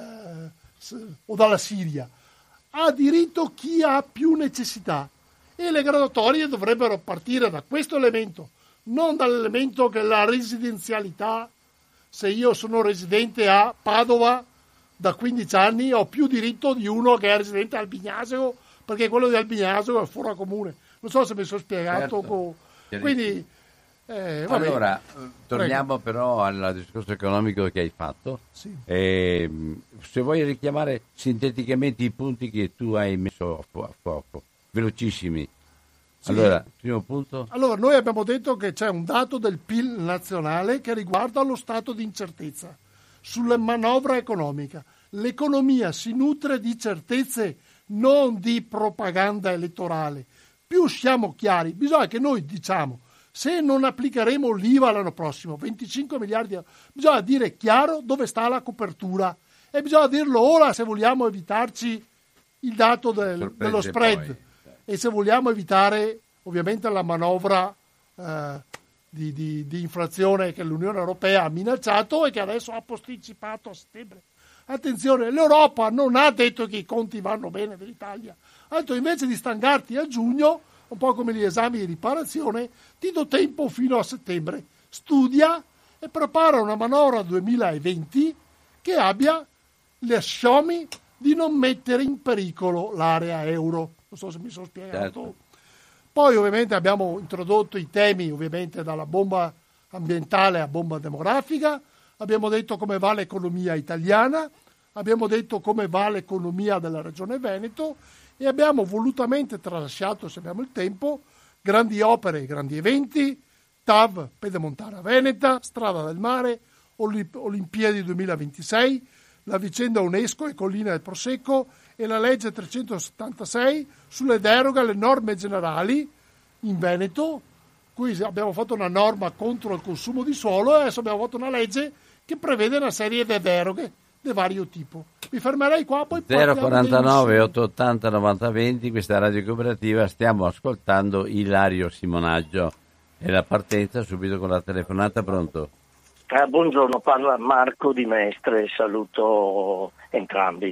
Speaker 3: eh, o dalla Siria. Ha diritto chi ha più necessità e le graduatorie dovrebbero partire da questo elemento, non dall'elemento che la residenzialità, se io sono residente a Padova da quindici anni ho più diritto di uno che è residente a Albignasego, perché quello di Albignasego è fuori comune. Non so se mi sono spiegato.
Speaker 2: Certo.
Speaker 3: Co... Quindi eh, vabbè.
Speaker 2: Allora, torniamo
Speaker 3: Prego.
Speaker 2: però al discorso economico che hai fatto.
Speaker 3: Sì.
Speaker 2: E, se vuoi richiamare sinteticamente i punti che tu hai messo a fuoco, velocissimi.
Speaker 3: Sì.
Speaker 2: Allora, primo punto.
Speaker 3: Allora, noi abbiamo detto che c'è un dato del P I L nazionale che riguarda lo stato di incertezza sulla manovra economica. L'economia si nutre di certezze, non di propaganda elettorale. Più siamo chiari, bisogna che noi diciamo, se non applicheremo l'I V A l'anno prossimo, venticinque miliardi di euro, bisogna dire chiaro dove sta la copertura e bisogna dirlo ora se vogliamo evitarci il dato del, dello spread poi. E se vogliamo evitare ovviamente la manovra eh, di, di, di inflazione che l'Unione Europea ha minacciato e che adesso ha posticipato a settembre. Attenzione, l'Europa non ha detto che i conti vanno bene dell'Italia, ha detto invece di stangarti a giugno, un po' come gli esami di riparazione, ti do tempo fino a settembre, studia e prepara una manovra duemilaventi che abbia le asciomi di non mettere in pericolo l'area euro. Non so se mi sono spiegato.
Speaker 2: Certo.
Speaker 3: Poi ovviamente abbiamo introdotto i temi ovviamente dalla bomba ambientale a bomba demografica, abbiamo detto come va l'economia italiana, abbiamo detto come va l'economia della Regione Veneto e abbiamo volutamente tralasciato, se abbiamo il tempo, grandi opere, grandi eventi, T A V, Pedemontana Veneta, Strada del Mare, Olimpiadi duemilaventisei, la vicenda UNESCO e Collina del Prosecco e la legge trecentosettantasei sulle deroghe alle norme generali in Veneto. Qui abbiamo fatto una norma contro il consumo di suolo e adesso abbiamo fatto una legge che prevede una serie di deroghe di vario tipo. Mi fermerei qua, poi
Speaker 2: zero quarantanove ottocentottanta novanta venti, questa Radio Cooperativa, stiamo ascoltando Ilario Simonaggio e la partenza subito con la telefonata. Pronto?
Speaker 4: Eh, buongiorno, parla Marco di Mestre, saluto entrambi.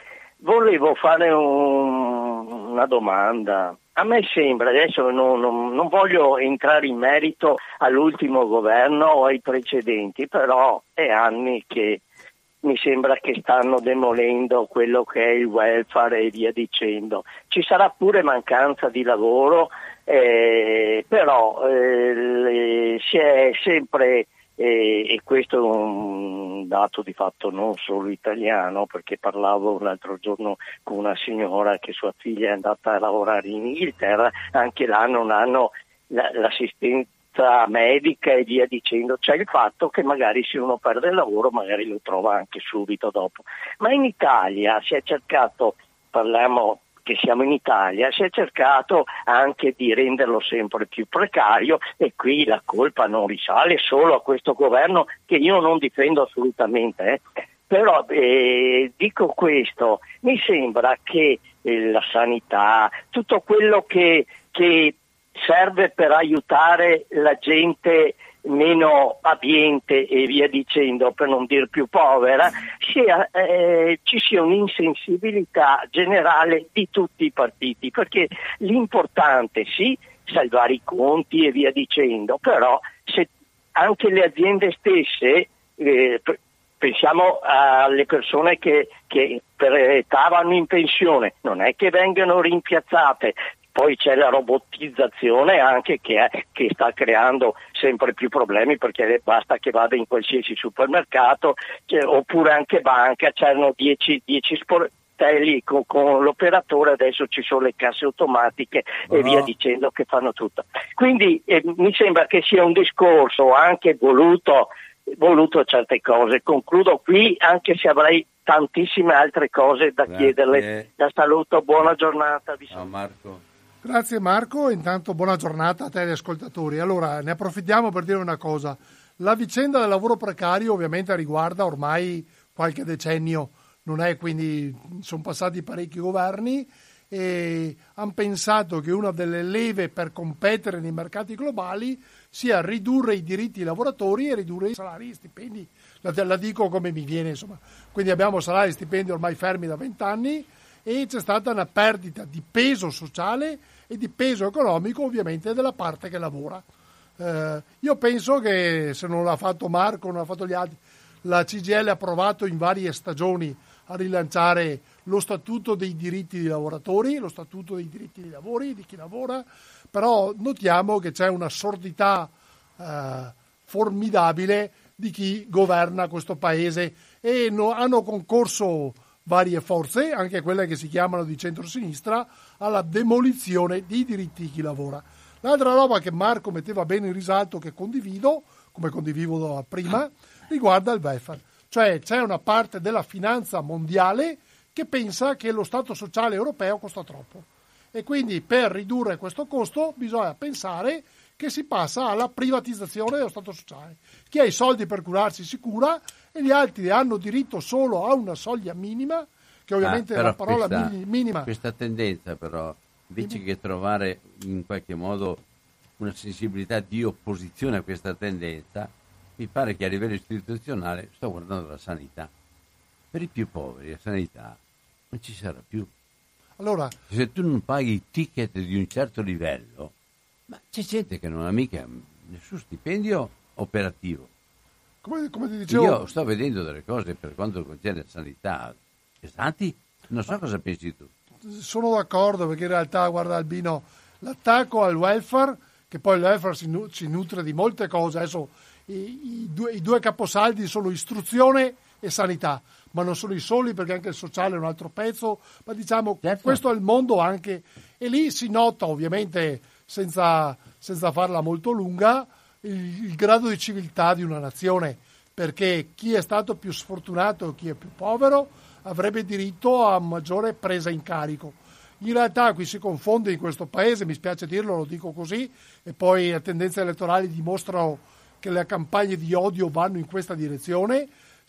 Speaker 4: Volevo fare un, una domanda. A me sembra, adesso non, non, non voglio entrare in merito all'ultimo governo o ai precedenti, però è anni che mi sembra che stanno demolendo quello che è il welfare e via dicendo. Ci sarà pure mancanza di lavoro, eh, però eh, si è sempre... E, e questo è un dato di fatto non solo italiano, perché parlavo l'altro giorno con una signora che sua figlia è andata a lavorare in Inghilterra, anche là non hanno la, l'assistenza medica e via dicendo. C'è il fatto che magari se uno perde il lavoro magari lo trova anche subito dopo, ma in Italia si è cercato, parliamo che siamo in Italia, si è cercato anche di renderlo sempre più precario e qui la colpa non risale solo a questo governo che io non difendo assolutamente, eh. Però eh, dico questo, mi sembra che eh, la sanità, tutto quello che, che serve per aiutare la gente meno abbiente e via dicendo, per non dire più povera, sia, eh, ci sia un'insensibilità generale di tutti i partiti, perché l'importante sì, salvare i conti e via dicendo, però se anche le aziende stesse, eh, pensiamo alle persone che, che per età vanno in pensione, non è che vengano rimpiazzate. Poi c'è la robotizzazione anche che, è, che sta creando sempre più problemi, perché basta che vada in qualsiasi supermercato, cioè, oppure anche banca, c'erano dieci sportelli con, con l'operatore, adesso ci sono le casse automatiche e via dicendo che fanno tutto. Quindi eh, mi sembra che sia un discorso anche voluto, voluto certe cose. Concludo qui, anche se avrei tantissime altre cose da
Speaker 2: Grazie.
Speaker 4: chiederle. La saluto, buona giornata. Vi
Speaker 2: Ciao Marco.
Speaker 3: Grazie Marco, intanto buona giornata a te e agli ascoltatori. Allora, ne approfittiamo per dire una cosa. La vicenda del lavoro precario ovviamente riguarda ormai qualche decennio, non è, quindi sono passati parecchi governi e hanno pensato che una delle leve per competere nei mercati globali sia ridurre i diritti dei lavoratori e ridurre i salari e stipendi. La, la dico come mi viene, insomma. Quindi abbiamo salari e stipendi ormai fermi da vent'anni e c'è stata una perdita di peso sociale e di peso economico ovviamente della parte che lavora. Eh, io penso che se non l'ha fatto Marco, non l'ha fatto gli altri, la C G I L ha provato in varie stagioni a rilanciare lo statuto dei diritti dei lavoratori, lo statuto dei diritti dei lavori, di chi lavora, però notiamo che c'è una sordità eh, formidabile di chi governa questo paese e no, hanno concorso varie forze, anche quelle che si chiamano di centrosinistra, alla demolizione dei diritti di chi lavora. L'altra roba che Marco metteva bene in risalto, che condivido, come condivivo prima, riguarda il welfare. Cioè c'è una parte della finanza mondiale che pensa che lo Stato sociale europeo costa troppo. E quindi per ridurre questo costo bisogna pensare che si passa alla privatizzazione dello Stato sociale. Chi ha i soldi per curarsi si cura e gli altri hanno diritto solo a una soglia minima, che ovviamente
Speaker 2: ah,
Speaker 3: è la parola
Speaker 2: questa,
Speaker 3: minima.
Speaker 2: Questa tendenza però, invece che trovare in qualche modo una sensibilità di opposizione a questa tendenza, mi pare che a livello istituzionale, sto guardando la sanità, per i più poveri la sanità non ci sarà più.
Speaker 3: Allora,
Speaker 2: se tu non paghi i ticket di un certo livello, ma c'è gente che non ha mica nessun stipendio operativo.
Speaker 3: Come, come ti dicevo,
Speaker 2: io sto vedendo delle cose per quanto concerne la sanità pesanti, non so cosa pensi tu.
Speaker 3: Sono d'accordo, perché in realtà, guarda Albino, l'attacco al welfare, che poi il welfare si, nu- si nutre di molte cose, adesso i, i, due, i due caposaldi sono istruzione e sanità, ma non sono i soli, perché anche il sociale è un altro pezzo, ma diciamo certo. Questo è il mondo anche, e lì si nota ovviamente, senza, senza farla molto lunga, il, il grado di civiltà di una nazione, perché chi è stato più sfortunato e chi è più povero avrebbe diritto a maggiore presa in carico. In realtà qui si confonde in questo paese, mi spiace dirlo, lo dico così, e poi le tendenze elettorali dimostrano che le campagne di odio vanno in questa direzione,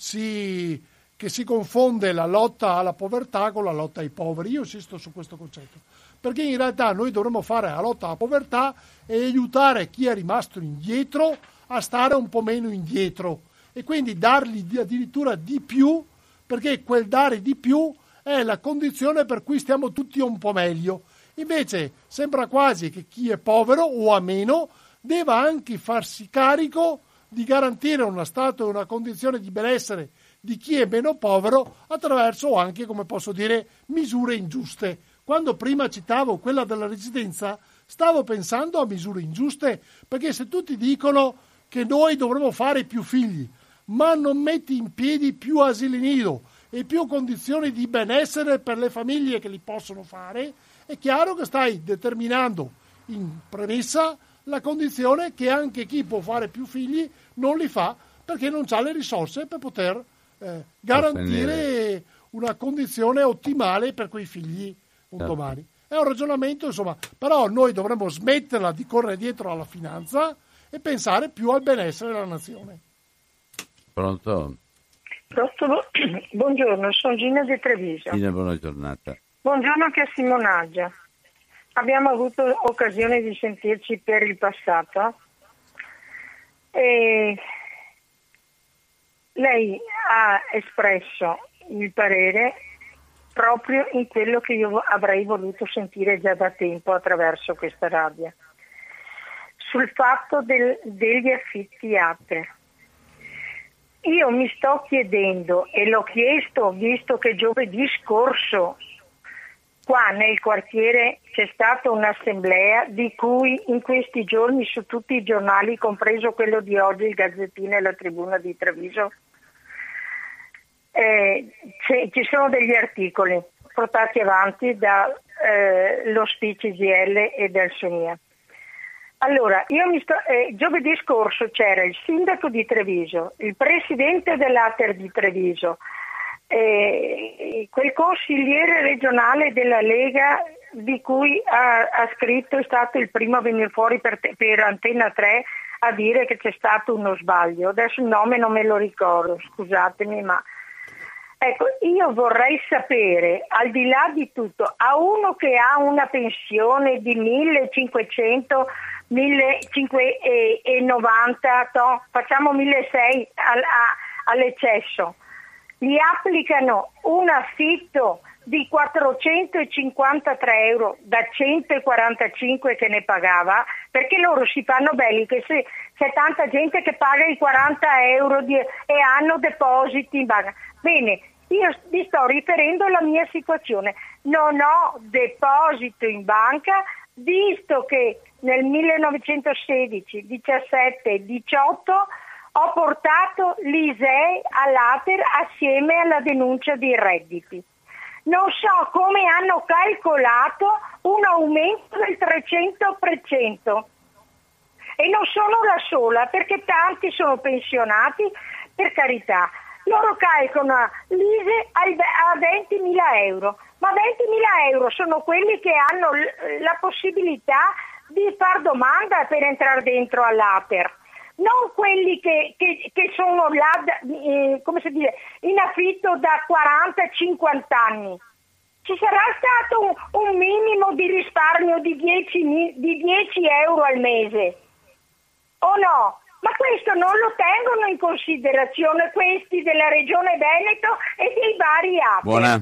Speaker 3: si, che si confonde la lotta alla povertà con la lotta ai poveri. Io insisto su questo concetto, perché in realtà noi dovremmo fare la lotta alla povertà e aiutare chi è rimasto indietro a stare un po' meno indietro, e quindi dargli addirittura di più, perché quel dare di più è la condizione per cui stiamo tutti un po' meglio. Invece sembra quasi che chi è povero o a meno debba anche farsi carico di garantire uno stato e una condizione di benessere di chi è meno povero attraverso anche, come posso dire, misure ingiuste. Quando prima citavo quella della residenza, stavo pensando a misure ingiuste, perché se tutti dicono che noi dovremmo fare più figli, ma non metti in piedi più asili nido e più condizioni di benessere per le famiglie che li possono fare, è chiaro che stai determinando in premessa la condizione che anche chi può fare più figli non li fa, perché non ha le risorse per poter eh, garantire una condizione ottimale per quei figli un certo. domani. È un ragionamento, insomma, però noi dovremmo smetterla di correre dietro alla finanza e pensare più al benessere della nazione.
Speaker 2: Pronto?
Speaker 5: Pronto? Buongiorno, sono Gina di Treviso.
Speaker 2: Gina, buona giornata.
Speaker 5: Buongiorno anche a Simonaggia. Abbiamo avuto occasione di sentirci per il passato E lei ha espresso il parere proprio in quello che io avrei voluto sentire già da tempo attraverso questa radio, sul fatto del, degli affitti A T E. Io mi sto chiedendo, e l'ho chiesto visto che giovedì scorso qua nel quartiere c'è stata un'assemblea di cui in questi giorni su tutti i giornali, compreso quello di oggi, il Gazzettino e la Tribuna di Treviso, eh, ci sono degli articoli portati avanti dallo eh, S P I C G I L e dal SONIA. Allora, io mi sto, eh, giovedì scorso c'era il sindaco di Treviso, il presidente dell'A T E R di Treviso, eh, quel consigliere regionale della Lega di cui ha, ha scritto, è stato il primo a venire fuori per, te, per Antenna tre a dire che c'è stato uno sbaglio. Adesso il nome non me lo ricordo, scusatemi, ma ecco, io vorrei sapere, al di là di tutto, a uno che ha una pensione di millecinquecento, millecinquecentonovanta, to, facciamo milleseicento al, a, all'eccesso, gli applicano un affitto di quattrocentocinquantatré euro da centoquarantacinque che ne pagava, perché loro si fanno belli che se c'è tanta gente che paga i quaranta euro di, e hanno depositi in banca. Bene, io vi sto riferendo alla mia situazione, non ho deposito in banca, visto che nel millenovecentosedici, diciassette, diciotto ho portato l'I S E E all'A T E R assieme alla denuncia dei redditi. Non so come hanno calcolato un aumento del trecento per cento. E non sono la sola, perché tanti sono pensionati, per carità. Loro calcolano l'I S E E a ventimila euro, ma ventimila euro sono quelli che hanno la possibilità di far domanda per entrare dentro all'A T E R, non quelli che, che, che sono là, eh, come si dice, in affitto da quaranta cinquanta anni. Ci sarà stato un, un minimo di risparmio di dieci, di dieci euro al mese, o no? Ma questo non lo tengono in considerazione questi della Regione Veneto e dei vari A T E R.
Speaker 2: Buona.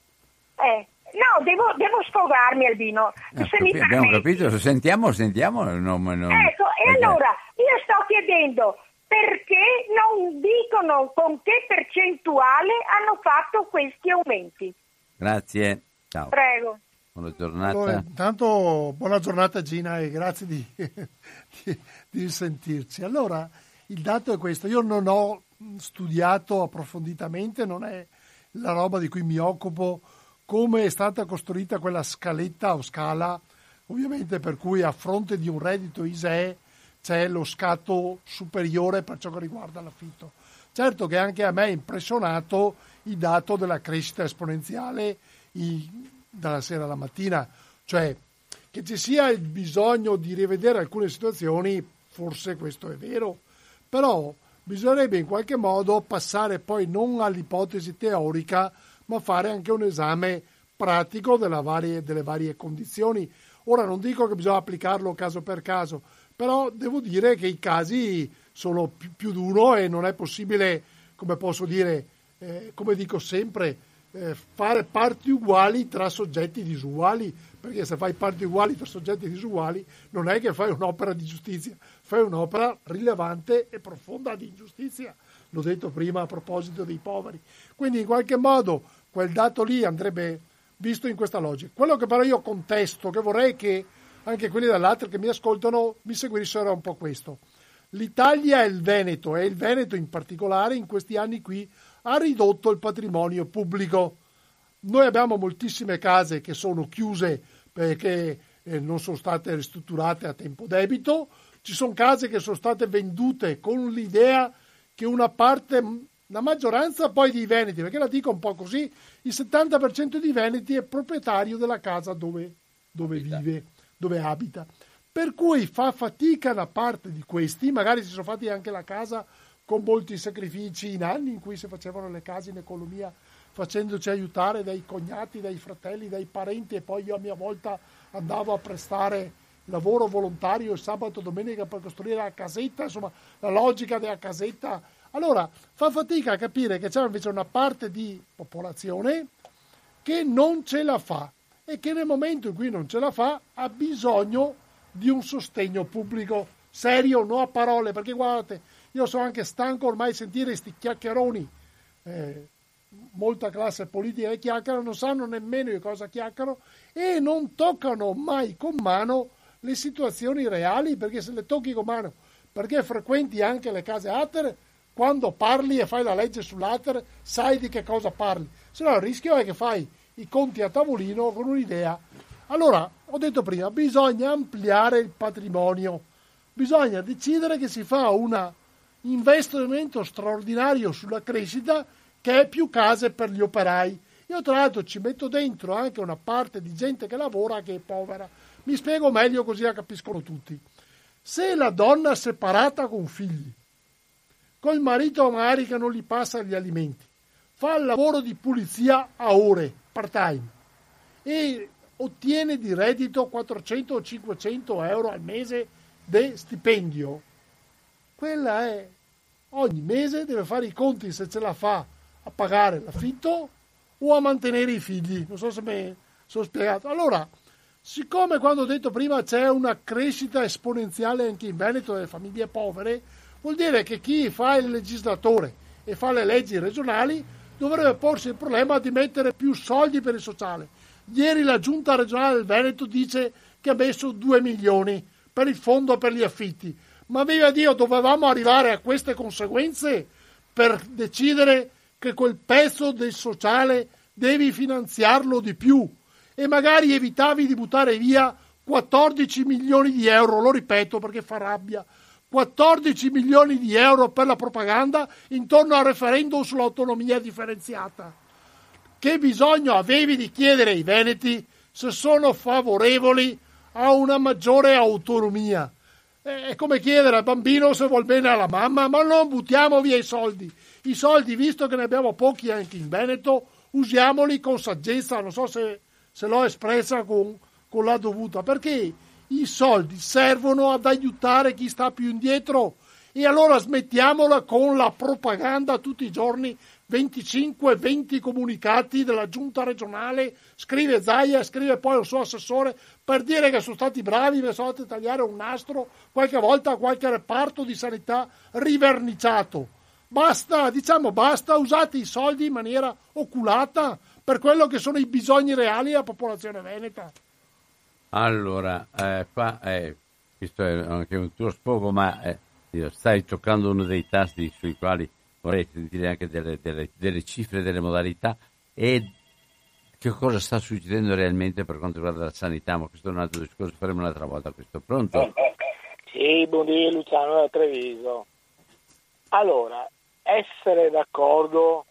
Speaker 5: Eh, no, devo, devo sfogarmi, Albino.
Speaker 2: Eh,
Speaker 5: se
Speaker 2: capi-
Speaker 5: mi
Speaker 2: abbiamo
Speaker 5: permetti.
Speaker 2: capito, sentiamo, sentiamo. No, ma no,
Speaker 5: Ecco, e
Speaker 2: perché-
Speaker 5: allora io sto chiedendo perché non dicono con che percentuale hanno fatto questi aumenti.
Speaker 2: Grazie, ciao.
Speaker 5: Prego.
Speaker 2: Buona giornata.
Speaker 3: Allora, intanto buona giornata Gina e grazie di, di, di sentirci. Allora, il dato è questo, io non ho studiato approfonditamente, non è la roba di cui mi occupo, come è stata costruita quella scaletta o scala, ovviamente per cui a fronte di un reddito I S E E c'è lo scatto superiore per ciò che riguarda l'affitto. Certo che anche a me è impressionato il dato della crescita esponenziale i, dalla sera alla mattina, cioè che ci sia il bisogno di rivedere alcune situazioni, forse questo è vero, però bisognerebbe in qualche modo passare poi non all'ipotesi teorica, ma fare anche un esame pratico della varie, delle varie condizioni. Ora non dico che bisogna applicarlo caso per caso, però devo dire che i casi sono più, più di uno e non è possibile, come posso dire, eh, come dico sempre, eh, fare parti uguali tra soggetti disuguali, perché se fai parti uguali tra soggetti disuguali non è che fai un'opera di giustizia, fai un'opera rilevante e profonda di ingiustizia. L'ho detto prima a proposito dei poveri. Quindi in qualche modo quel dato lì andrebbe visto in questa logica. Quello che però io contesto, che vorrei che anche quelli dall'A T E R che mi ascoltano mi seguissero, è un po' questo. L'Italia e il Veneto, e il Veneto in particolare, in questi anni qui ha ridotto il patrimonio pubblico. Noi abbiamo moltissime case che sono chiuse perché eh, non sono state ristrutturate a tempo debito, ci sono case che sono state vendute con l'idea che una parte, la maggioranza poi di veneti, perché la dico un po' così, il settanta per cento di veneti è proprietario della casa dove, dove vive, dove abita. Per cui fa fatica da parte di questi, magari si sono fatti anche la casa con molti sacrifici in anni in cui si facevano le case in economia, facendoci aiutare dai cognati, dai fratelli, dai parenti, e poi io a mia volta andavo a prestare lavoro volontario il sabato e domenica per costruire la casetta, insomma la logica della casetta. Allora fa fatica a capire che c'è invece una parte di popolazione che non ce la fa e che nel momento in cui non ce la fa ha bisogno di un sostegno pubblico serio, non a parole, perché guardate, io sono anche stanco ormai di sentire questi chiacchieroni, eh, molta classe politica che chiacchierano, non sanno nemmeno di cosa chiacchierano e non toccano mai con mano le situazioni reali, perché se le tocchi con mano, perché frequenti anche le case ATER, quando parli e fai la legge sull'ATER sai di che cosa parli, se no il rischio è che fai i conti a tavolino con un'idea. Allora, ho detto prima, bisogna ampliare il patrimonio, bisogna decidere che si fa un investimento straordinario sulla crescita, che è più case per gli operai. Io tra l'altro ci metto dentro anche una parte di gente che lavora che è povera. Mi spiego meglio così la capiscono tutti. Se la donna separata con figli, col marito magari che non gli passa gli alimenti, fa il lavoro di pulizia a ore, part time, e ottiene di reddito quattrocento o cinquecento euro al mese di stipendio, quella è, ogni mese deve fare i conti se ce la fa a pagare l'affitto o a mantenere i figli. Non so se mi sono spiegato. Allora, siccome quando ho detto prima c'è una crescita esponenziale anche in Veneto delle famiglie povere, vuol dire che chi fa il legislatore e fa le leggi regionali dovrebbe porsi il problema di mettere più soldi per il sociale. Ieri la giunta regionale del Veneto dice che ha messo due milioni per il fondo per gli affitti. Ma viva Dio, dovevamo arrivare a queste conseguenze per decidere che quel pezzo del sociale devi finanziarlo di più e magari evitavi di buttare via quattordici milioni di euro, lo ripeto perché fa rabbia, quattordici milioni di euro per la propaganda intorno al referendum sull'autonomia differenziata. Che bisogno avevi di chiedere ai veneti se sono favorevoli a una maggiore autonomia? È come chiedere al bambino se vuol bene alla mamma, ma non buttiamo via i soldi. I soldi, visto che ne abbiamo pochi anche in Veneto, usiamoli con saggezza, non so se, se l'ho espressa con, con la dovuta, perché i soldi servono ad aiutare chi sta più indietro e allora smettiamola con la propaganda tutti i giorni, venticinque venti comunicati della giunta regionale, scrive Zaia, scrive poi il suo assessore per dire che sono stati bravi, che sono stati a tagliare un nastro, qualche volta qualche reparto di sanità riverniciato. Basta, diciamo basta, usate i soldi in maniera oculata per quello che sono i bisogni reali della popolazione veneta.
Speaker 2: Allora, eh, qua eh, questo è anche un tuo sfogo, ma eh, stai toccando uno dei tasti sui quali vorrei sentire anche delle, delle, delle cifre, delle modalità e che cosa sta succedendo realmente per quanto riguarda la sanità, ma questo è un altro discorso, faremo un'altra volta questo. Pronto?
Speaker 6: Sì, buongiorno, Luciano da Treviso. Allora, essere d'accordo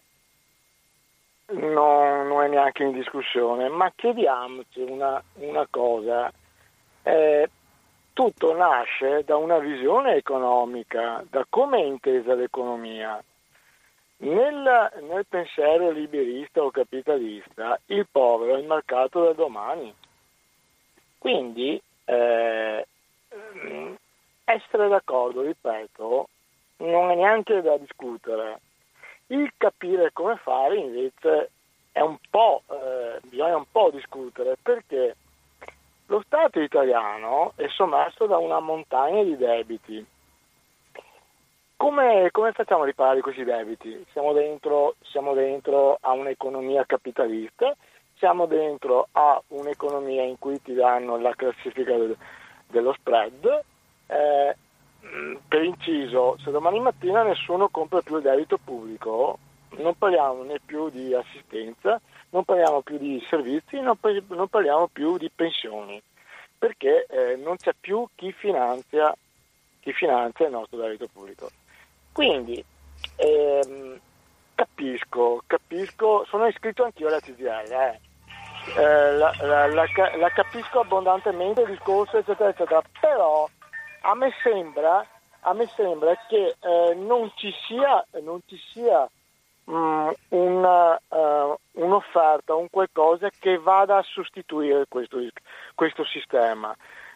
Speaker 6: non, non è neanche in discussione, ma chiediamoci una, una cosa. Eh, tutto nasce da una visione economica, da come è intesa l'economia. Nel, nel pensiero liberista o capitalista il povero è il mercato del domani. Quindi eh, essere d'accordo, ripeto, non è neanche da discutere. Il capire come fare invece è un po', eh, bisogna un po' discutere, perché lo Stato italiano è sommerso da una montagna di debiti. Come, come facciamo a riparare questi debiti? Siamo dentro, siamo dentro a un'economia capitalista, siamo dentro a un'economia in cui ti danno la classifica del, dello spread. Eh, per inciso, se domani mattina nessuno compra più il debito pubblico, non parliamo né più di assistenza, non parliamo più di servizi, non, par- non parliamo più di pensioni, perché eh, non c'è più chi finanzia, chi finanzia il nostro debito pubblico. Quindi ehm, capisco, capisco, sono iscritto anch'io alla C G I L, eh. Eh, la, la, la, la capisco abbondantemente il discorso, eccetera, eccetera, però a me sembra, a me sembra che eh, non ci sia, non ci sia mh, una, uh, un'offerta, un qualcosa che vada a sostituire questo, questo sistema.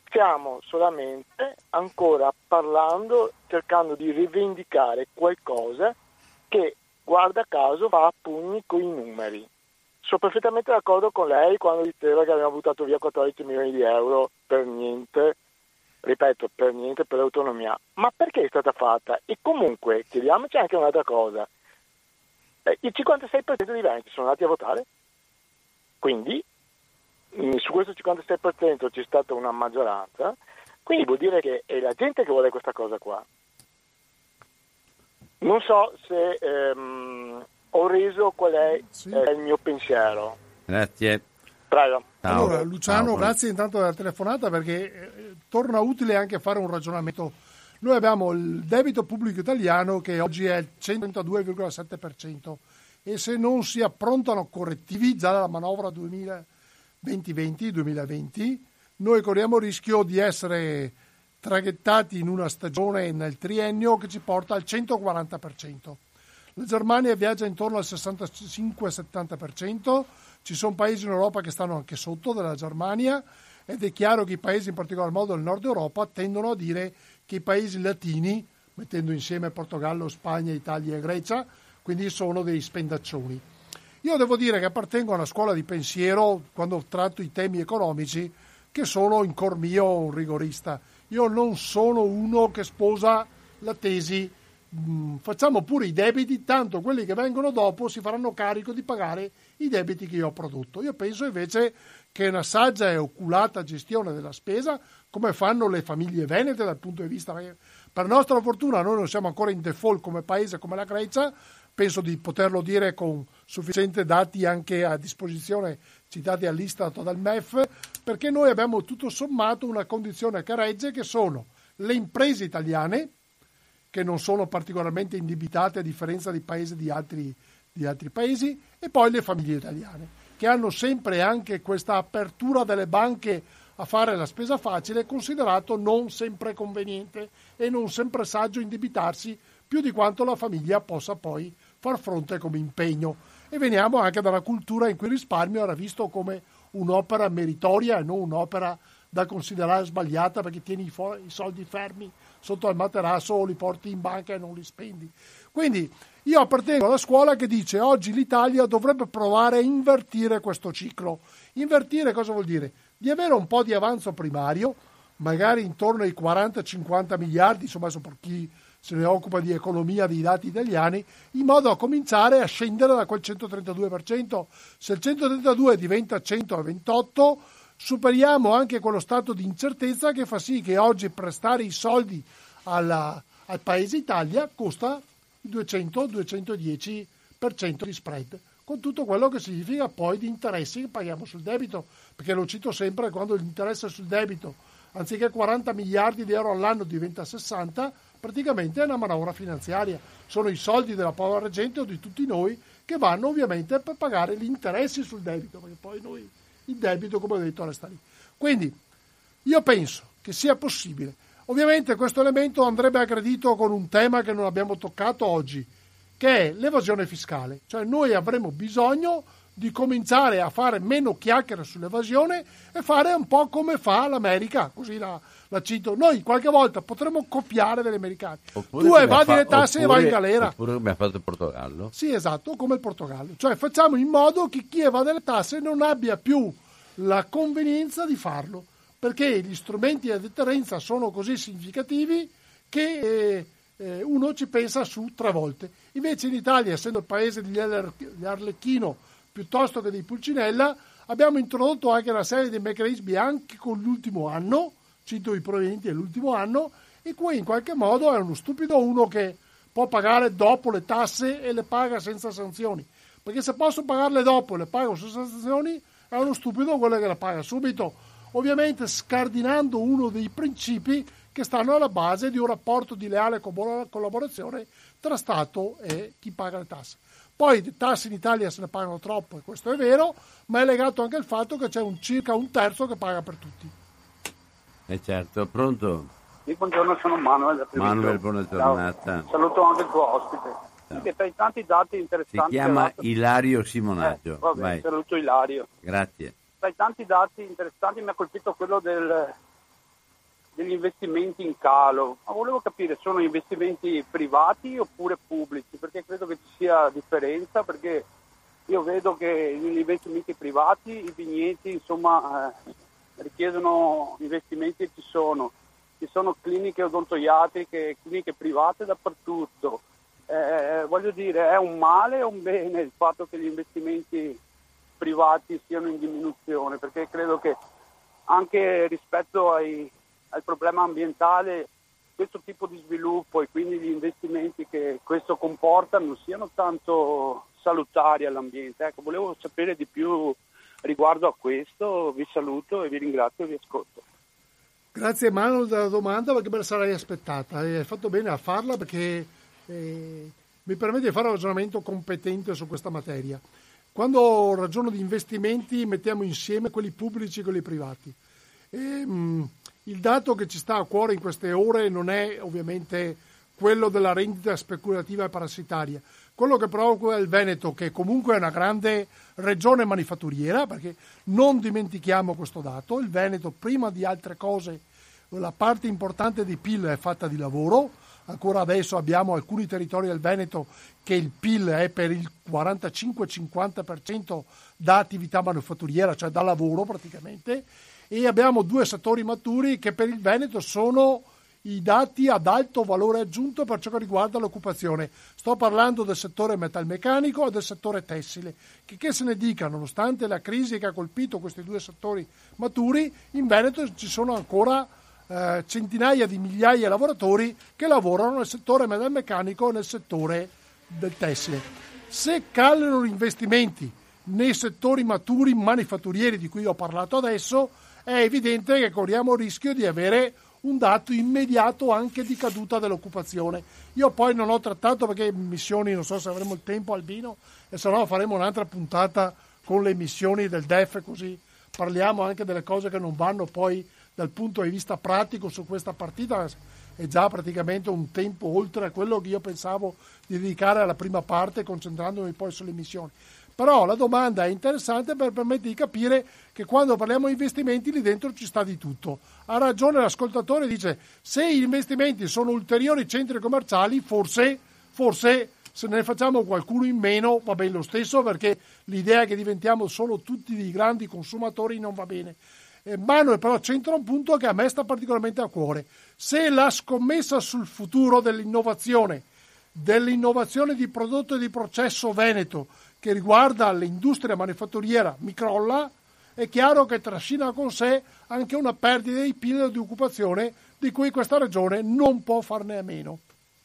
Speaker 6: stiamo solamente ancora parlando, cercando di rivendicare qualcosa che, guarda caso, va a pugni con i numeri. Sono perfettamente d'accordo con lei quando diceva che abbiamo buttato via quattordici milioni di euro per niente, ripeto, per niente, per l'autonomia. Ma perché è stata fatta? E comunque, chiediamoci anche un'altra cosa. Eh, il cinquantasei per cento dei veneti sono andati a votare, quindi mh, su questo cinquantasei per cento c'è stata una maggioranza, quindi vuol dire che è la gente che vuole questa cosa qua. Non so se ehm, ho reso qual è, sì. eh, il mio pensiero.
Speaker 2: Grazie.
Speaker 6: Prego.
Speaker 3: Ciao. Allora, Luciano, Ciao. Grazie intanto della telefonata, perché eh, torna utile anche fare un ragionamento. Noi abbiamo il debito pubblico italiano che oggi è il centotrentadue virgola sette per cento e se non si approntano correttivi già dalla manovra duemilaventi duemilaventi, noi corriamo il rischio di essere traghettati in una stagione nel triennio che ci porta al centoquaranta per cento. La Germania viaggia intorno al sessantacinque settanta per cento, ci sono paesi in Europa che stanno anche sotto della Germania ed è chiaro che i paesi, in particolar modo del nord Europa, tendono a dire che i paesi latini, mettendo insieme Portogallo, Spagna, Italia e Grecia, quindi sono dei spendaccioni. Io devo dire che appartengo a una scuola di pensiero, quando tratto i temi economici, che sono in cor mio un rigorista. Io non sono uno che sposa la tesi mh, facciamo pure i debiti, tanto quelli che vengono dopo si faranno carico di pagare i debiti che io ho prodotto. Io penso invece che una saggia e oculata gestione della spesa, come fanno le famiglie venete dal punto di vista, per nostra fortuna noi non siamo ancora in default come paese come la Grecia, penso di poterlo dire con sufficienti dati anche a disposizione citati all'Istat o dal M E F, perché noi abbiamo tutto sommato una condizione che regge, che sono le imprese italiane, che non sono particolarmente indebitate a differenza di paesi di altri, di altri paesi, e poi le famiglie italiane, che hanno sempre anche questa apertura delle banche a fare la spesa facile, considerato non sempre conveniente e non sempre saggio indebitarsi più di quanto la famiglia possa poi far fronte come impegno. E veniamo anche dalla cultura in cui il risparmio era visto come un'opera meritoria e non un'opera da considerare sbagliata perché tieni i, fo- i soldi fermi sotto al materasso o li porti in banca e non li spendi. Quindi io appartengo alla scuola che dice oggi l'Italia dovrebbe provare a invertire questo ciclo. Invertire cosa vuol dire? Di avere un po' di avanzo primario, magari intorno ai quaranta cinquanta miliardi, insomma per chi se ne occupa di economia dei dati italiani, in modo a cominciare a scendere da quel centotrentadue per cento. Se il centotrentadue diventa centoventotto, superiamo anche quello stato di incertezza che fa sì che oggi prestare i soldi alla, al paese Italia costa il duecento duecentodieci per cento di spread, con tutto quello che significa poi di interessi che paghiamo sul debito, perché lo cito sempre, quando l'interesse sul debito anziché quaranta miliardi di euro all'anno diventa sessanta, praticamente è una manovra finanziaria, sono i soldi della povera gente o di tutti noi che vanno ovviamente per pagare gli interessi sul debito, perché poi noi il debito, come ho detto, resta lì. Quindi io penso che sia possibile. Ovviamente questo elemento andrebbe aggredito con un tema che non abbiamo toccato oggi, che è l'evasione fiscale. Cioè noi avremo bisogno di cominciare a fare meno chiacchiere sull'evasione e fare un po' come fa l'America, così la, la cito. Noi qualche volta potremmo copiare degli americani. Oppure tu evadi le tasse oppure, e vai in galera.
Speaker 2: Oppure come ha fatto il Portogallo.
Speaker 3: Sì, esatto, come il Portogallo. Cioè facciamo in modo che chi evade le tasse non abbia più la convenienza di farlo, perché gli strumenti di deterrenza sono così significativi che eh, eh, uno ci pensa su tre volte. Invece in Italia, essendo il paese degli Arlecchino piuttosto che dei Pulcinella, abbiamo introdotto anche una serie di meccanismi anche con l'ultimo anno, cito i provenienti dell'ultimo anno, e cui in qualche modo è uno stupido uno che può pagare dopo le tasse e le paga senza sanzioni, perché se posso pagarle dopo e le pago senza sanzioni è uno stupido quello che le paga subito, ovviamente scardinando uno dei principi che stanno alla base di un rapporto di leale collaborazione tra Stato e chi paga le tasse. Poi le tasse in Italia se ne pagano troppo, e questo è vero, ma è legato anche al fatto che c'è un circa un terzo che paga per tutti.
Speaker 2: Eh certo, pronto?
Speaker 7: Sì, buongiorno, sono Manuel.
Speaker 2: Manuel, buona giornata.
Speaker 7: Ciao. Saluto anche il tuo ospite. Perché tra i tanti dati interessanti...
Speaker 2: Si chiama
Speaker 7: dato...
Speaker 2: Ilario Simonaggio.
Speaker 7: Eh, vabbè,
Speaker 2: Vai.
Speaker 7: saluto Ilario.
Speaker 2: Grazie.
Speaker 7: Tra i tanti dati interessanti mi ha colpito quello del, degli investimenti in calo, ma volevo capire, sono investimenti privati oppure pubblici? Perché credo che ci sia differenza, perché io vedo che negli investimenti privati i vigneti, insomma, eh, richiedono investimenti e ci sono. Ci sono cliniche odontoiatriche, cliniche private dappertutto. Eh, voglio dire, è un male o un bene il fatto che gli investimenti privati siano in diminuzione? Perché credo che anche rispetto ai, al problema ambientale questo tipo di sviluppo e quindi gli investimenti che questo comporta non siano tanto salutari all'ambiente. Ecco, volevo sapere di più riguardo a questo. Vi saluto e vi ringrazio e vi ascolto.
Speaker 3: Grazie Manuel della domanda, perché me la sarei aspettata e hai fatto bene a farla, perché eh, mi permette di fare un ragionamento competente su questa materia. Quando ragiono di investimenti mettiamo insieme quelli pubblici e quelli privati. E, mh, il dato che ci sta a cuore in queste ore non è ovviamente quello della rendita speculativa e parassitaria. Quello che preoccupa è il Veneto, che comunque è una grande regione manifatturiera, perché non dimentichiamo questo dato. Il Veneto, prima di altre cose, la parte importante di P I L è fatta di lavoro. Ancora adesso abbiamo alcuni territori del Veneto che il P I L è per il quarantacinque cinquanta per cento da attività manufatturiera, cioè da lavoro praticamente, e abbiamo due settori maturi che per il Veneto sono i dati ad alto valore aggiunto per ciò che riguarda l'occupazione. Sto parlando del settore metalmeccanico e del settore tessile, che, che se ne dica, nonostante la crisi che ha colpito questi due settori maturi, in Veneto ci sono ancora eh, centinaia di migliaia di lavoratori che lavorano nel settore metalmeccanico e nel settore del tessile. Se calano gli investimenti nei settori maturi manifatturieri di cui ho parlato adesso, è evidente che corriamo il rischio di avere un dato immediato anche di caduta dell'occupazione. Io poi non ho trattato, perché emissioni, non so se avremo il tempo Albino, e se no faremo un'altra puntata con le emissioni del D E F, così parliamo anche delle cose che non vanno poi dal punto di vista pratico su questa partita. È già praticamente un tempo oltre a quello che io pensavo di dedicare alla prima parte, concentrandomi poi sulle emissioni. Però la domanda è interessante per permettere di capire che quando parliamo di investimenti lì dentro ci sta di tutto. Ha ragione l'ascoltatore, dice se gli investimenti sono ulteriori centri commerciali, forse, forse se ne facciamo qualcuno in meno va bene lo stesso, perché l'idea che diventiamo solo tutti dei grandi consumatori non va bene. Eh, Manuel però c'entra un punto che a me sta particolarmente a cuore. Se la scommessa sul futuro dell'innovazione, dell'innovazione di prodotto e di processo veneto, che riguarda l'industria manifatturiera, mi crolla, è chiaro che trascina con sé anche una perdita di P I L e di occupazione di cui questa regione non può farne a meno.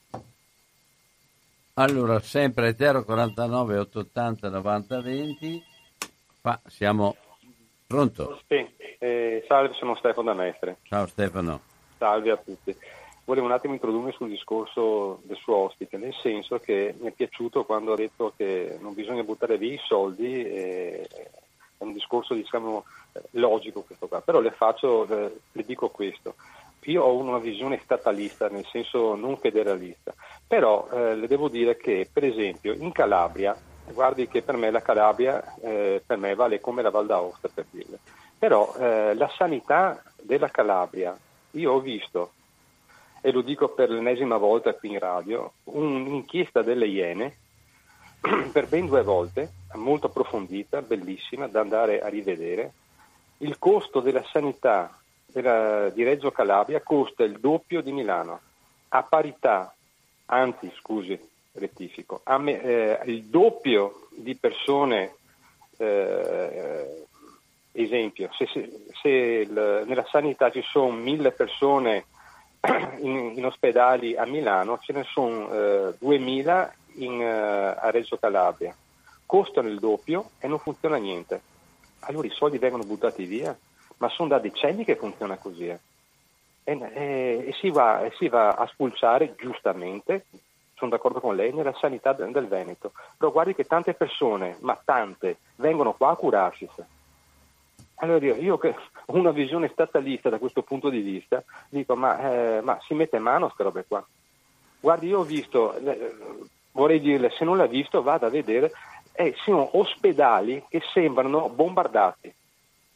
Speaker 2: Allora, sempre zero quarantanove ottocentottanta novanta venti, qua siamo pronto?
Speaker 8: Sì, eh, salve, sono Stefano da Mestre.
Speaker 2: Ciao Stefano.
Speaker 8: Salve a tutti. Volevo un attimo introdurmi sul discorso del suo ospite, nel senso che mi è piaciuto quando ha detto che non bisogna buttare via i soldi, e, è un discorso diciamo logico questo qua, però le faccio, le dico questo, io ho una visione statalista, nel senso non federalista, però eh, le devo dire che per esempio in Calabria, guardi che per me la Calabria eh, per me vale come la Val d'Aosta, per dirle, però eh, la sanità della Calabria, io ho visto, e lo dico per l'ennesima volta qui in radio, un'inchiesta delle Iene per ben due volte, molto approfondita, bellissima, da andare a rivedere. Il costo della sanità della, di Reggio Calabria costa il doppio di Milano, a parità, anzi scusi, rettifico, a me, eh, il doppio di persone, eh, esempio, se, se, se il, nella sanità ci sono mille persone In, in ospedali a Milano, ce ne sono eh, duemila in, eh, a Reggio Calabria, costano il doppio e non funziona niente. Allora i soldi vengono buttati via, ma sono da decenni che funziona così eh. e, e, e, si va, e si va a spulciare giustamente, sono d'accordo con lei, nella sanità del, del Veneto, però guardi che tante persone, ma tante, vengono qua a curarsi. Allora io, io che ho una visione statalista da questo punto di vista, dico ma, eh, ma si mette in mano queste robe qua. Guardi, io ho visto, eh, vorrei dirle, se non l'ha visto vada a vedere, eh, sono ospedali che sembrano bombardati.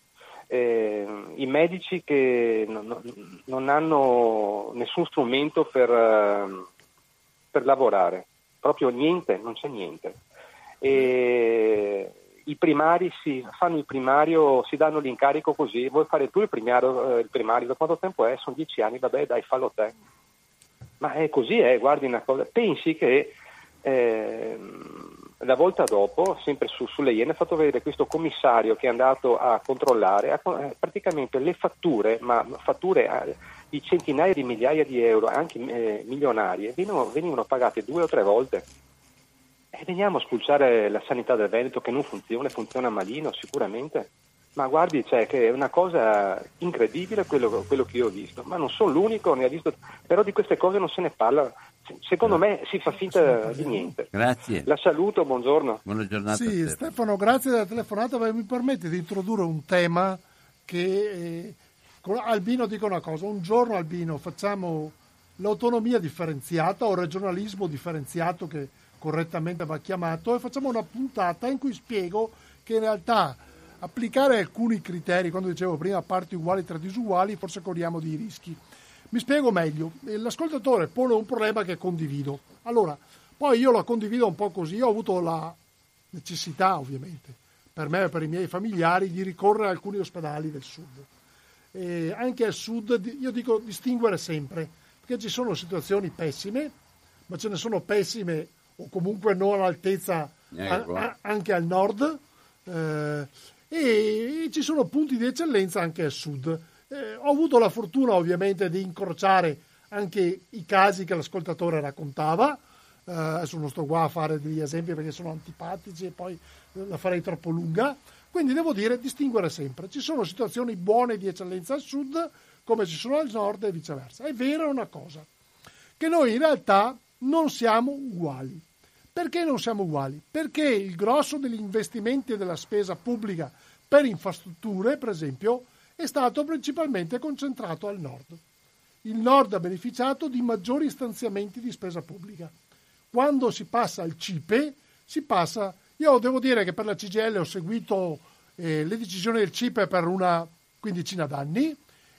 Speaker 8: eh, i medici che non, non hanno nessun strumento per, per lavorare, proprio niente, non c'è niente. E i primari si fanno il primario, si danno l'incarico così, vuoi fare tu il primario, eh, il primario, da quanto tempo è? Sono dieci anni, vabbè dai, fallo te. Ma è così, eh, guardi una cosa, pensi che eh, la volta dopo, sempre su, sulle Iene, ha fatto vedere questo commissario che è andato a controllare a, eh, praticamente le fatture, ma fatture a, di centinaia di migliaia di euro, anche eh, milionarie, venivano, venivano pagate due o tre volte. E veniamo a spulciare la sanità del Veneto che non funziona, funziona malino sicuramente, ma guardi, cioè, che è una cosa incredibile quello, quello che io ho visto, ma non sono l'unico, ne ho visto, però di queste cose non se ne parla, secondo me si fa finta di niente.
Speaker 2: Grazie.
Speaker 8: La saluto, buongiorno.
Speaker 2: Buona giornata.
Speaker 3: Sì, Stefano, grazie della telefonata, ma mi permette di introdurre un tema che eh, con Albino dico una cosa, un giorno Albino facciamo l'autonomia differenziata o regionalismo differenziato che correttamente va chiamato e facciamo una puntata in cui spiego che in realtà applicare alcuni criteri, quando dicevo prima parti uguali tra disuguali, forse corriamo dei rischi. Mi spiego meglio. L'ascoltatore pone un problema che condivido. Allora, poi io la condivido un po' così, ho avuto la necessità ovviamente, per me e per i miei familiari, di ricorrere a alcuni ospedali del sud. E anche al sud, io dico distinguere sempre, perché ci sono situazioni pessime, ma ce ne sono pessime o comunque non all'altezza a, a, anche al nord, eh, e ci sono punti di eccellenza anche al sud. Eh, ho avuto la fortuna ovviamente di incrociare anche i casi che l'ascoltatore raccontava, eh, adesso non sto qua a fare degli esempi perché sono antipatici e poi la farei troppo lunga, quindi devo dire distinguere sempre. Ci sono situazioni buone di eccellenza al sud come ci sono al nord e viceversa. È vera una cosa, che noi in realtà non siamo uguali. Perché non siamo uguali? Perché il grosso degli investimenti e della spesa pubblica per infrastrutture, per esempio, è stato principalmente concentrato al nord. Il nord ha beneficiato di maggiori stanziamenti di spesa pubblica. Quando si passa al C I P E, si passa... Io devo dire che per la C G I L ho seguito eh, le decisioni del C I P E per una quindicina d'anni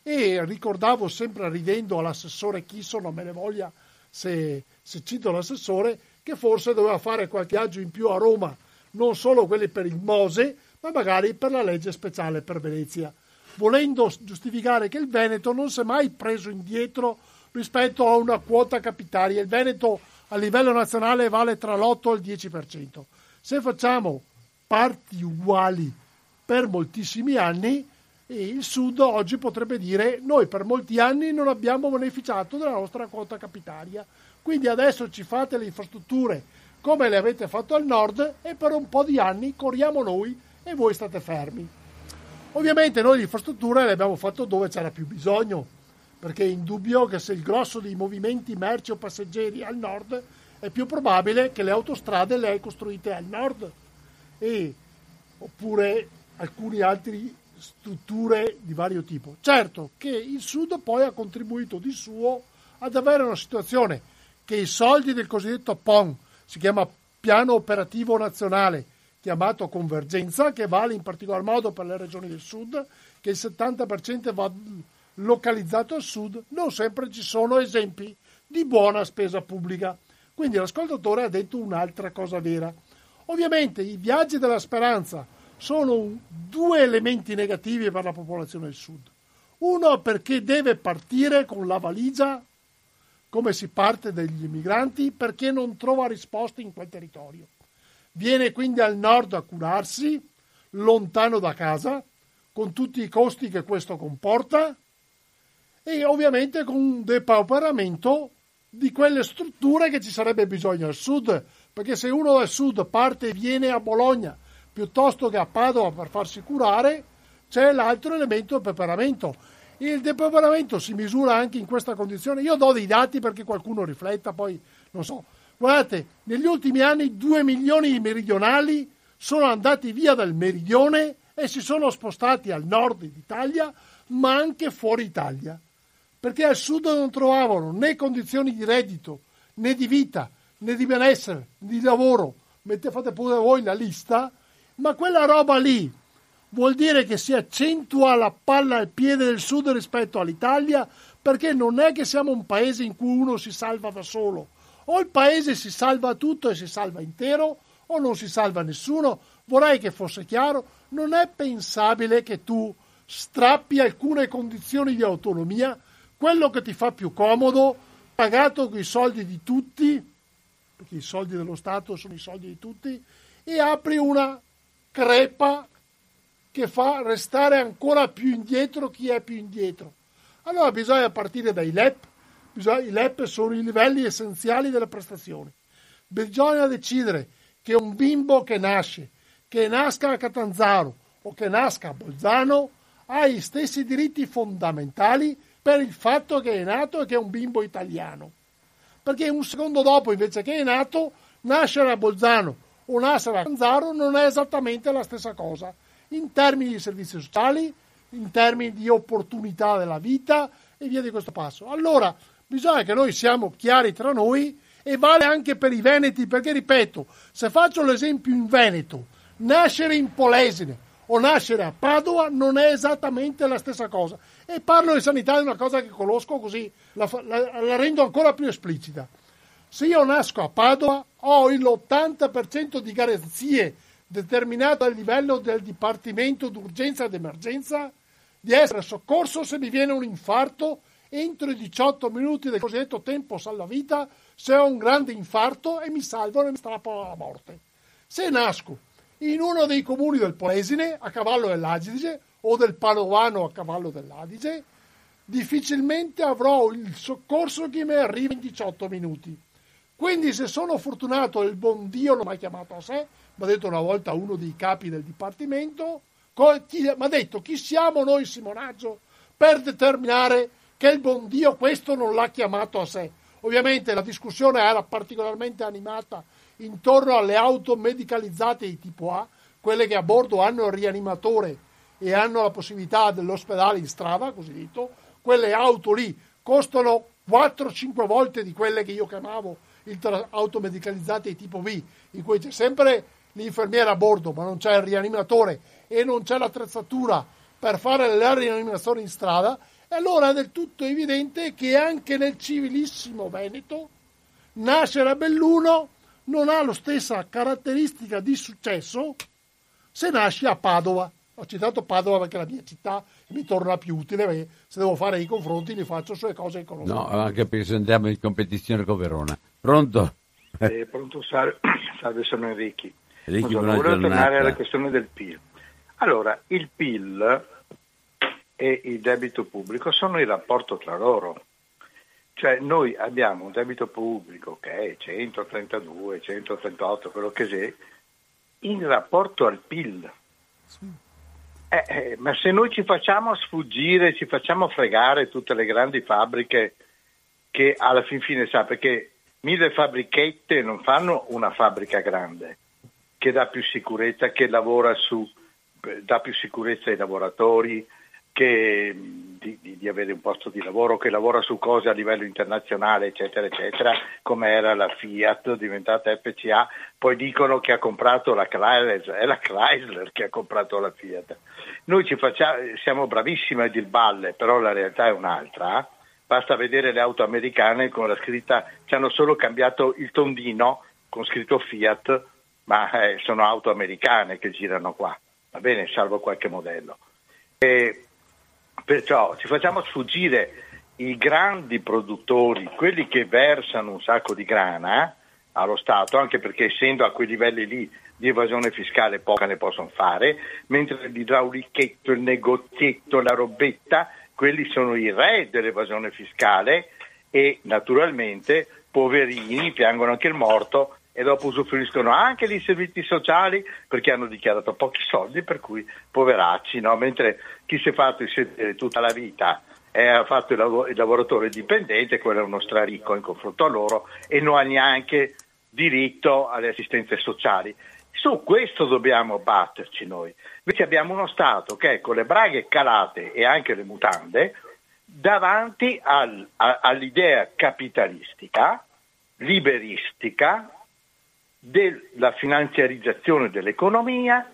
Speaker 3: e ricordavo sempre ridendo all'assessore Chisso, non me ne voglia se, se cito l'assessore, che forse doveva fare qualche viaggio in più a Roma, non solo quelli per il Mose, ma magari per la legge speciale per Venezia, volendo giustificare che il Veneto non si è mai preso indietro rispetto a una quota capitaria. Il Veneto a livello nazionale vale tra l'otto e il dieci per cento. Se facciamo parti uguali per moltissimi anni, il Sud oggi potrebbe dire noi per molti anni non abbiamo beneficiato della nostra quota capitaria. Quindi adesso ci fate le infrastrutture come le avete fatto al nord e per un po' di anni corriamo noi e voi state fermi. Ovviamente noi le infrastrutture le abbiamo fatto dove c'era più bisogno, perché è indubbio che se il grosso dei movimenti merci o passeggeri è al nord, è più probabile che le autostrade le hai costruite al nord, e, oppure alcune altre strutture di vario tipo. Certo che il sud poi ha contribuito di suo ad avere una situazione che i soldi del cosiddetto P O N, si chiama Piano Operativo Nazionale, chiamato Convergenza, che vale in particolar modo per le regioni del sud, che il settanta per cento va localizzato al sud, non sempre ci sono esempi di buona spesa pubblica. Quindi l'ascoltatore ha detto un'altra cosa vera. Ovviamente i viaggi della speranza sono un, due elementi negativi per la popolazione del sud. Uno perché deve partire con la valigia, come si parte dagli immigranti, perché non trova risposte in quel territorio. Viene quindi al nord a curarsi, lontano da casa, con tutti i costi che questo comporta, e ovviamente con un depauperamento di quelle strutture che ci sarebbe bisogno al sud, perché se uno dal sud parte e viene a Bologna piuttosto che a Padova per farsi curare, c'è l'altro elemento del depauperamento. Il depauperamento si misura anche in questa condizione. Io do dei dati perché qualcuno rifletta, poi non so. Guardate, negli ultimi anni due milioni di meridionali sono andati via dal meridione e si sono spostati al nord d'Italia, ma anche fuori Italia, perché al sud non trovavano né condizioni di reddito, né di vita, né di benessere, né di lavoro. Fate pure voi la lista, ma quella roba lì, vuol dire che si accentua la palla al piede del sud rispetto all'Italia, perché non è che siamo un paese in cui uno si salva da solo. O il paese si salva tutto e si salva intero, o non si salva nessuno. Vorrei che fosse chiaro, non è pensabile che tu strappi alcune condizioni di autonomia, quello che ti fa più comodo, pagato con i soldi di tutti, perché i soldi dello Stato sono i soldi di tutti, e apri una crepa che fa restare ancora più indietro chi è più indietro. Allora bisogna partire dai L E P, bisogna, i L E P sono i livelli essenziali delle prestazioni. Bisogna decidere che un bimbo che nasce, che nasca a Catanzaro o che nasca a Bolzano, ha gli stessi diritti fondamentali per il fatto che è nato e che è un bimbo italiano. Perché un secondo dopo, invece che è nato, nascere a Bolzano o nascere a Catanzaro non è esattamente la stessa cosa, in termini di servizi sociali, in termini di opportunità della vita e via di questo passo. Allora, bisogna che noi siamo chiari tra noi, e vale anche per i veneti, perché ripeto, se faccio l'esempio in Veneto, nascere in Polesine o nascere a Padova non è esattamente la stessa cosa. E parlo di sanità, di una cosa che conosco, così la, la, la rendo ancora più esplicita. Se io nasco a Padova, ho l'ottanta per cento di garanzie determinato dal livello del Dipartimento d'Urgenza ed Emergenza di essere soccorso se mi viene un infarto entro i diciotto minuti del cosiddetto tempo salvavita, se ho un grande infarto e mi salvano e mi strappano alla morte. Se nasco in uno dei comuni del Polesine a cavallo dell'Adige o del Padovano a cavallo dell'Adige, difficilmente avrò il soccorso che mi arriva in diciotto minuti. Quindi se sono fortunato e il buon Dio non mi ha chiamato a sé, mi ha detto una volta uno dei capi del dipartimento, mi ha detto: chi siamo noi, Simonaggio, per determinare che il buon Dio questo non l'ha chiamato a sé? Ovviamente la discussione era particolarmente animata intorno alle auto medicalizzate di tipo A, quelle che a bordo hanno il rianimatore e hanno la possibilità dell'ospedale in strada, così detto. Quelle auto lì costano quattro cinque volte di quelle che io chiamavo auto medicalizzate di tipo B, in cui c'è sempre l'infermiera a bordo, ma non c'è il rianimatore e non c'è l'attrezzatura per fare la rianimazione in strada. E allora è del tutto evidente che anche nel civilissimo Veneto nascere a Belluno non ha la stessa caratteristica di successo se nasci a Padova. Ho citato Padova perché è la mia città e mi torna più utile, perché se devo fare i confronti li faccio sulle cose che conosco.
Speaker 2: No, anche perché se andiamo in competizione con Verona. Pronto?
Speaker 9: Eh, pronto, salve, salve, sono Enrichi.
Speaker 2: Enrichi,
Speaker 9: Volevo tornare alla questione del P I L. Allora, il P I L e il debito pubblico sono il rapporto tra loro. Cioè noi abbiamo un debito pubblico che è centotrentadue, centotrentotto, quello che sia, in rapporto al P I L. Sì. Eh, eh, ma se noi ci facciamo sfuggire, ci facciamo fregare tutte le grandi fabbriche che alla fin fine sa, perché mille fabbrichette non fanno una fabbrica grande che dà più sicurezza, che lavora su, dà più sicurezza ai lavoratori, che di, di, di avere un posto di lavoro, che lavora su cose a livello internazionale, eccetera, eccetera, come era la Fiat, diventata F C A, poi dicono che ha comprato la Chrysler, è la Chrysler che ha comprato la Fiat. Noi ci facciamo, siamo bravissimi a dir balle, però la realtà è un'altra. Basta vedere le auto americane con la scritta, ci hanno solo cambiato il tondino con scritto Fiat, ma eh, sono auto americane che girano qua, va bene, salvo qualche modello. E perciò ci facciamo sfuggire i grandi produttori, quelli che versano un sacco di grana allo Stato, anche perché essendo a quei livelli lì di evasione fiscale poca ne possono fare, mentre l'idraulichetto, il negozietto, la robetta, quelli sono i re dell'evasione fiscale e naturalmente poverini piangono anche il morto e dopo usufruiscono anche dei servizi sociali perché hanno dichiarato pochi soldi, per cui poveracci, no? Mentre chi si è fatto il sedere tutta la vita e ha fatto il, lav- il lavoratore dipendente, quello è uno straricco in confronto a loro e non ha neanche diritto alle assistenze sociali. Su questo dobbiamo batterci noi. Invece abbiamo uno Stato che con le braghe calate e anche le mutande davanti al, a, all'idea capitalistica, liberistica, della finanziarizzazione dell'economia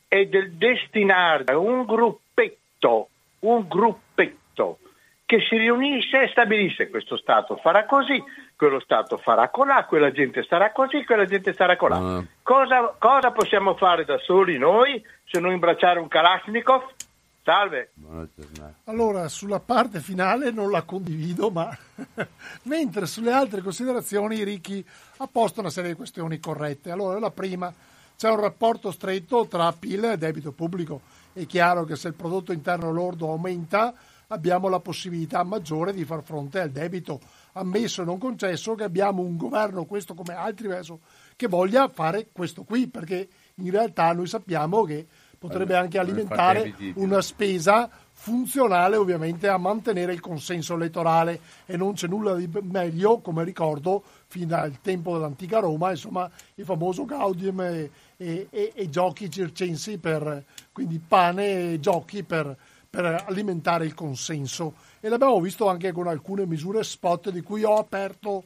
Speaker 9: è del destinare un gruppetto, un gruppetto che si riunisse e stabilisse: questo Stato farà così, quello Stato farà colà, quella gente sarà così, quella gente sarà colà. Uh. Cosa, cosa possiamo fare da soli noi se non imbracciare un Kalashnikov? Salve.
Speaker 3: Allora, sulla parte finale non la condivido, ma mentre sulle altre considerazioni Ricchi ha posto una serie di questioni corrette. Allora, la prima, c'è un rapporto stretto tra P I L e debito pubblico. È chiaro che se il prodotto interno lordo aumenta, abbiamo la possibilità maggiore di far fronte al debito, ammesso e non concesso che abbiamo un governo, questo come altri, che voglia fare questo qui, perché in realtà noi sappiamo che potrebbe anche alimentare una spesa funzionale ovviamente a mantenere il consenso elettorale, e non c'è nulla di meglio, come ricordo, fin dal tempo dell'antica Roma, insomma, il famoso Gaudium e, e, e, e giochi circensi, per, quindi pane e giochi per, per alimentare il consenso. E l'abbiamo visto anche con alcune misure spot di cui ho aperto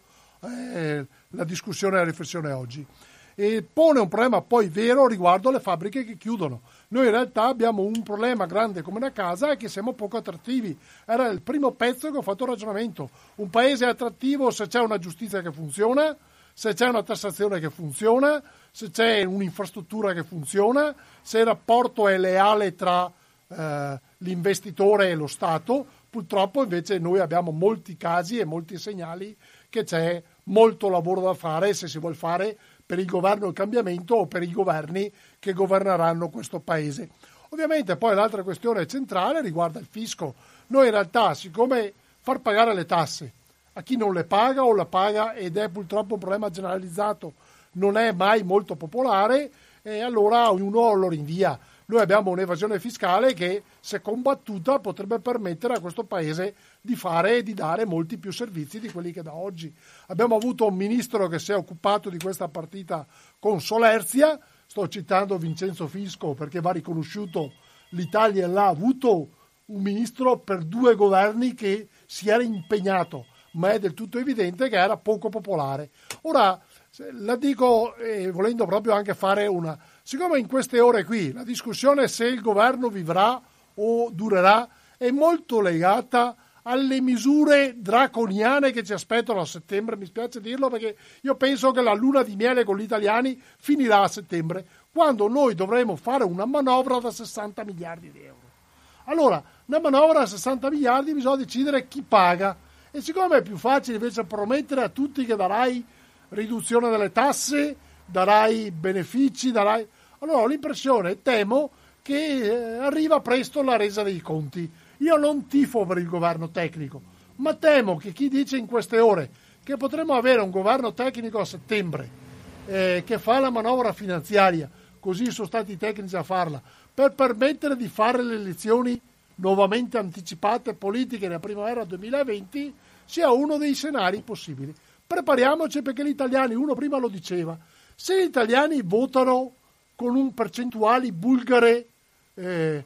Speaker 3: eh, la discussione e la riflessione oggi. E pone un problema poi vero riguardo alle fabbriche che chiudono. Noi in realtà abbiamo un problema grande come una casa, è che siamo poco attrattivi. Era il primo pezzo che ho fatto il ragionamento. Un paese è attrattivo se c'è una giustizia che funziona, se c'è una tassazione che funziona, se c'è un'infrastruttura che funziona, se il rapporto è leale tra eh, l'investitore e lo Stato. Purtroppo invece noi abbiamo molti casi e molti segnali che c'è molto lavoro da fare, se si vuol fare, per il governo del cambiamento o per i governi che governeranno questo paese. Ovviamente poi l'altra questione centrale riguarda il fisco. Noi in realtà, siccome far pagare le tasse a chi non le paga o la paga, ed è purtroppo un problema generalizzato, non è mai molto popolare, e allora ognuno lo rinvia. Noi abbiamo un'evasione fiscale che, se combattuta, potrebbe permettere a questo paese di fare e di dare molti più servizi di quelli che da oggi. Abbiamo avuto un ministro che si è occupato di questa partita con solerzia. Sto citando Vincenzo Fisco perché va riconosciuto, l'Italia l'ha avuto un ministro per due governi che si era impegnato, ma è del tutto evidente che era poco popolare. Ora, la dico eh, volendo proprio anche fare una... Siccome in queste ore qui la discussione se il governo vivrà o durerà è molto legata alle misure draconiane che ci aspettano a settembre, mi spiace dirlo perché io penso che la luna di miele con gli italiani finirà a settembre, quando noi dovremo fare una manovra da sessanta miliardi di euro. Allora, una manovra da sessanta miliardi bisogna decidere chi paga, e siccome è più facile invece promettere a tutti che darai riduzione delle tasse, darai benefici, darai... Allora ho l'impressione, temo, che eh, arriva presto la resa dei conti. Io non tifo per il governo tecnico, ma temo che chi dice in queste ore che potremo avere un governo tecnico a settembre, eh, che fa la manovra finanziaria, così sono stati i tecnici a farla, per permettere di fare le elezioni nuovamente anticipate politiche nella primavera duemilaventi, sia uno dei scenari possibili. Prepariamoci, perché gli italiani, uno prima lo diceva, se gli italiani votano con un percentuali bulgare, eh,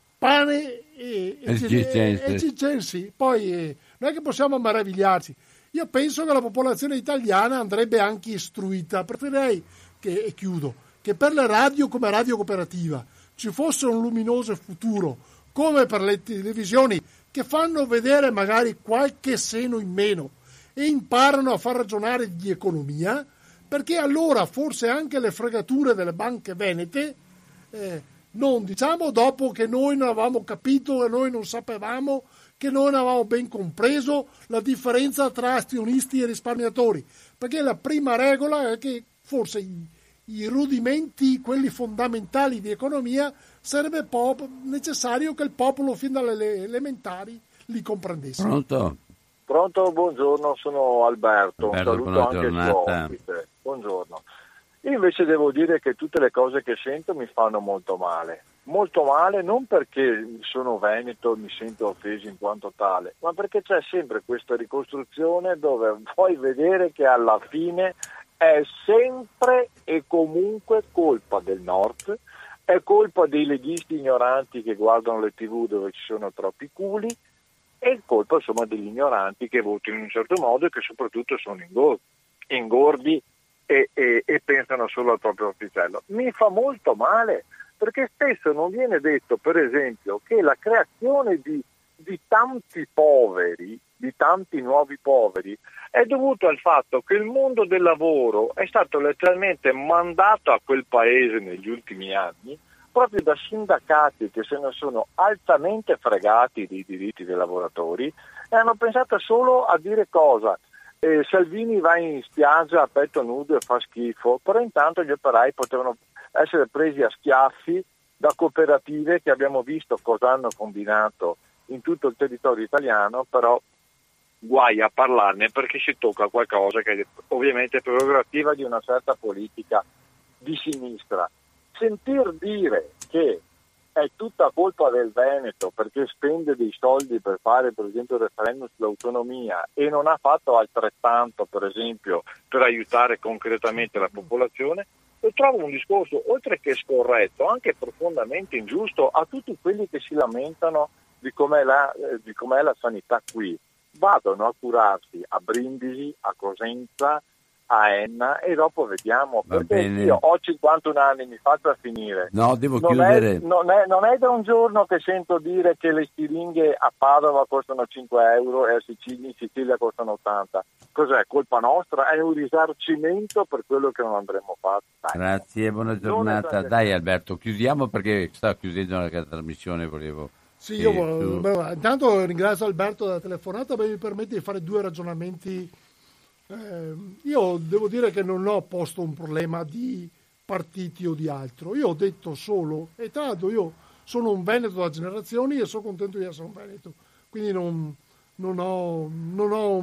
Speaker 3: pane e, e circensi, poi eh, non è che possiamo meravigliarci. Io penso che la popolazione italiana andrebbe anche istruita. Preferirei che, e chiudo, che per le radio come Radio Cooperativa ci fosse un luminoso futuro, come per le televisioni che fanno vedere magari qualche seno in meno e imparano a far ragionare di economia, perché allora forse anche le fregature delle banche venete, eh, non diciamo dopo che noi non avevamo capito e noi non sapevamo, che noi non avevamo ben compreso la differenza tra azionisti e risparmiatori, perché la prima regola è che forse i, i rudimenti, quelli fondamentali di economia, sarebbe pop- necessario che il popolo fin dalle elementari li comprendesse.
Speaker 2: Pronto?
Speaker 10: Pronto, buongiorno, sono Alberto,
Speaker 2: Alberto,
Speaker 10: saluto anche il suo ospite. Buongiorno. Io invece devo dire che tutte le cose che sento mi fanno molto male. Molto male non perché sono veneto e mi sento offeso in quanto tale, ma perché c'è sempre questa ricostruzione dove vuoi vedere che alla fine è sempre e comunque colpa del Nord, è colpa dei leghisti ignoranti che guardano le tivù dove ci sono troppi culi, è colpa insomma degli ignoranti che votano in un certo modo e che soprattutto sono ingordi, ingordi e, e, e pensano solo al proprio orticello. Mi fa molto male perché spesso non viene detto, per esempio, che la creazione di, di tanti poveri, di tanti nuovi poveri, è dovuto al fatto che il mondo del lavoro è stato letteralmente mandato a quel paese negli ultimi anni proprio da sindacati che se ne sono altamente fregati dei diritti dei lavoratori e hanno pensato solo a dire cosa? Eh, Salvini va in spiaggia a petto nudo e fa schifo, però intanto gli operai potevano essere presi a schiaffi da cooperative che abbiamo visto cosa hanno combinato in tutto il territorio italiano, però guai a parlarne perché si tocca qualcosa che ovviamente è prerogativa di una certa politica di sinistra. Sentir dire che è tutta colpa del Veneto perché spende dei soldi per fare per esempio il referendum sull'autonomia e non ha fatto altrettanto per esempio per aiutare concretamente la popolazione, lo trovo un discorso oltre che scorretto anche profondamente ingiusto a tutti quelli che si lamentano di com'è la, eh, di com'è la sanità qui. Vadano a curarsi a Brindisi, a Cosenza, a Enna e dopo vediamo.
Speaker 2: Va
Speaker 10: perché
Speaker 2: bene.
Speaker 10: Io ho cinquantuno anni, mi faccio finire.
Speaker 2: No, devo
Speaker 10: non
Speaker 2: chiudere.
Speaker 10: È, non, è, non è da un giorno che sento dire che le siringhe a Padova costano cinque euro e a Sicilia, in Sicilia costano ottanta. Cos'è? Colpa nostra? È un risarcimento per quello che non andremo fatto. Dai.
Speaker 2: Grazie, buona giornata. Dai Alberto, chiudiamo perché sta chiudendo la trasmissione, volevo...
Speaker 3: Sì, io
Speaker 2: tu...
Speaker 3: beh, intanto ringrazio Alberto della telefonata, ma mi permette di fare due ragionamenti. Eh, io devo dire che non ho posto un problema di partiti o di altro, io ho detto solo, e tra l'altro io sono un veneto da generazioni e sono contento di essere un veneto, quindi non, non ho, non ho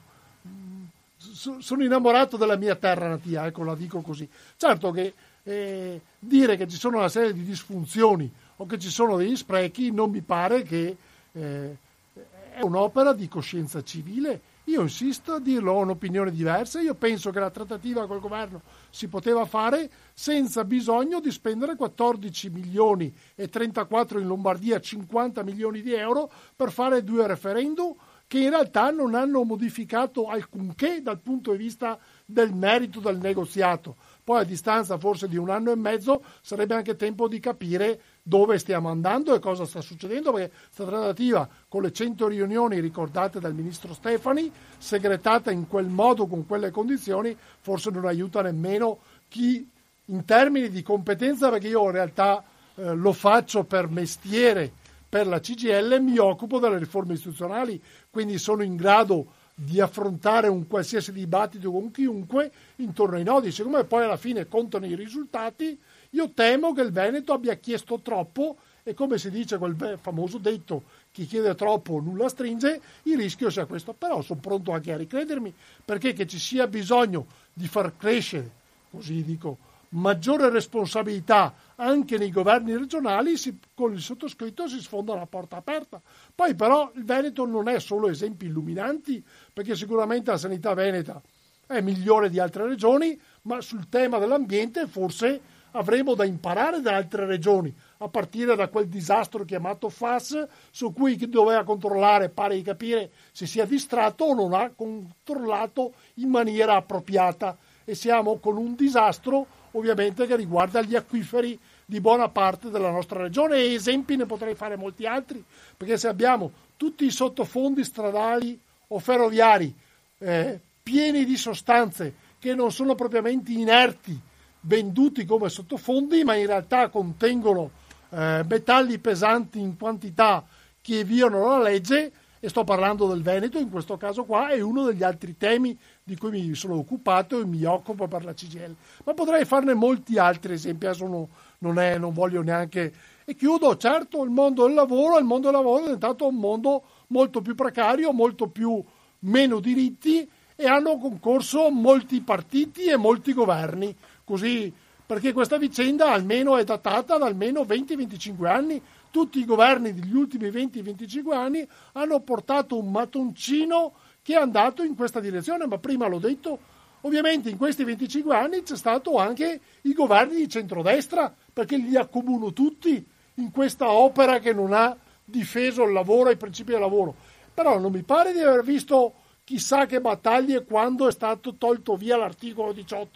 Speaker 3: sono innamorato della mia terra natia, ecco, la dico così. Certo che eh, dire che ci sono una serie di disfunzioni o che ci sono degli sprechi non mi pare che eh, è un'opera di coscienza civile. Io insisto a dirlo, ho un'opinione diversa. Io penso che la trattativa col governo si poteva fare senza bisogno di spendere quattordici milioni e trentaquattro in Lombardia, cinquanta milioni di euro per fare due referendum che in realtà non hanno modificato alcunché dal punto di vista del merito del negoziato. Poi a distanza forse di un anno e mezzo sarebbe anche tempo di capire dove stiamo andando e cosa sta succedendo, perché questa trattativa con le cento riunioni ricordate dal ministro Stefani, segretata in quel modo, con quelle condizioni, forse non aiuta nemmeno chi in termini di competenza, perché io in realtà eh, lo faccio per mestiere, per la C G I L, mi occupo delle riforme istituzionali, quindi sono in grado di affrontare un qualsiasi dibattito con chiunque intorno ai nodi. Siccome poi alla fine contano i risultati, io temo che il Veneto abbia chiesto troppo e, come si dice quel famoso detto, chi chiede troppo nulla stringe, il rischio sia questo. Però sono pronto anche a ricredermi, perché che ci sia bisogno di far crescere, così dico, maggiore responsabilità anche nei governi regionali, si, con il sottoscritto si sfonda una porta aperta. Poi però il Veneto non è solo esempi illuminanti, perché sicuramente la sanità veneta è migliore di altre regioni, ma sul tema dell'ambiente forse avremo da imparare da altre regioni, a partire da quel disastro chiamato F A S, su cui chi doveva controllare pare di capire se sia distratto o non ha controllato in maniera appropriata. E siamo con un disastro ovviamente che riguarda gli acquiferi di buona parte della nostra regione, e esempi ne potrei fare molti altri, perché se abbiamo tutti i sottofondi stradali o ferroviari eh, pieni di sostanze che non sono propriamente inerti, venduti come sottofondi, ma in realtà contengono eh, metalli pesanti in quantità che violano la legge, e sto parlando del Veneto in questo caso qua, è uno degli altri temi di cui mi sono occupato e mi occupo per la C G I L. Ma potrei farne molti altri esempi, adesso non, non, è, non voglio neanche... E chiudo, certo, il mondo del lavoro, il mondo del lavoro è diventato un mondo molto più precario, molto più meno diritti, e hanno concorso molti partiti e molti governi, così, perché questa vicenda almeno è datata da almeno venti venticinque anni. Tutti i governi degli ultimi venti venticinque anni hanno portato un mattoncino che è andato in questa direzione, ma prima l'ho detto, ovviamente in questi venticinque anni c'è stato anche i governi di centrodestra, perché li accomuno tutti in questa opera che non ha difeso il lavoro e i principi del lavoro. Però non mi pare di aver visto chissà che battaglie quando è stato tolto via l'articolo diciotto,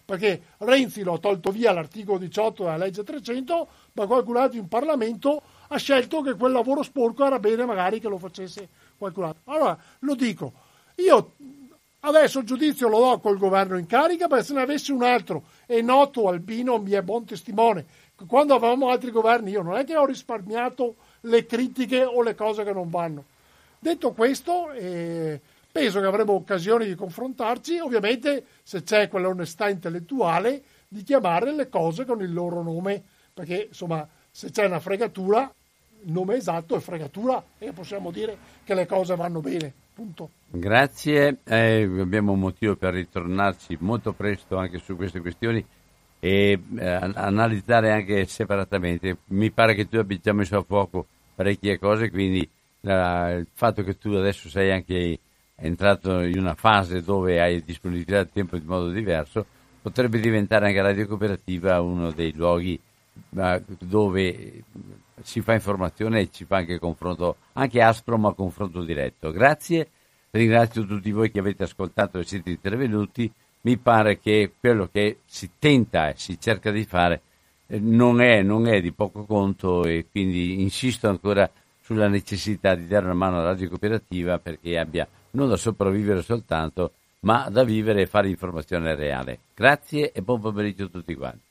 Speaker 3: perché Renzi lo ha tolto via l'articolo diciotto della legge trecento, ma qualcun altro in Parlamento ha scelto che quel lavoro sporco era bene magari che lo facesse qualcun altro. Allora, lo dico, io adesso il giudizio lo do col governo in carica, perché se ne avessi un altro, è noto, Albino mi è buon testimone, quando avevamo altri governi io non è che ho risparmiato le critiche o le cose che non vanno. Detto questo, eh, penso che avremo occasioni di confrontarci, ovviamente se c'è quell'onestà intellettuale di chiamare le cose con il loro nome, perché insomma se c'è una fregatura, il nome esatto è fregatura e possiamo dire che le cose vanno bene, punto.
Speaker 2: Grazie, eh, abbiamo un motivo per ritornarci molto presto anche su queste questioni e eh, analizzare anche separatamente. Mi pare che tu abbia già messo a fuoco parecchie cose, quindi la, il fatto che tu adesso sei anche entrato in una fase dove hai disponibilità di tempo in modo diverso, potrebbe diventare anche Radio Cooperativa uno dei luoghi uh, dove si fa informazione e si fa anche confronto, anche aspro ma confronto diretto. Grazie, ringrazio tutti voi che avete ascoltato e siete intervenuti. Mi pare che quello che si tenta e si cerca di fare eh, non è, non è di poco conto, e quindi insisto ancora sulla necessità di dare una mano alla Radio Cooperativa perché abbia non da sopravvivere soltanto, ma da vivere e fare informazione reale. Grazie e buon pomeriggio a tutti quanti.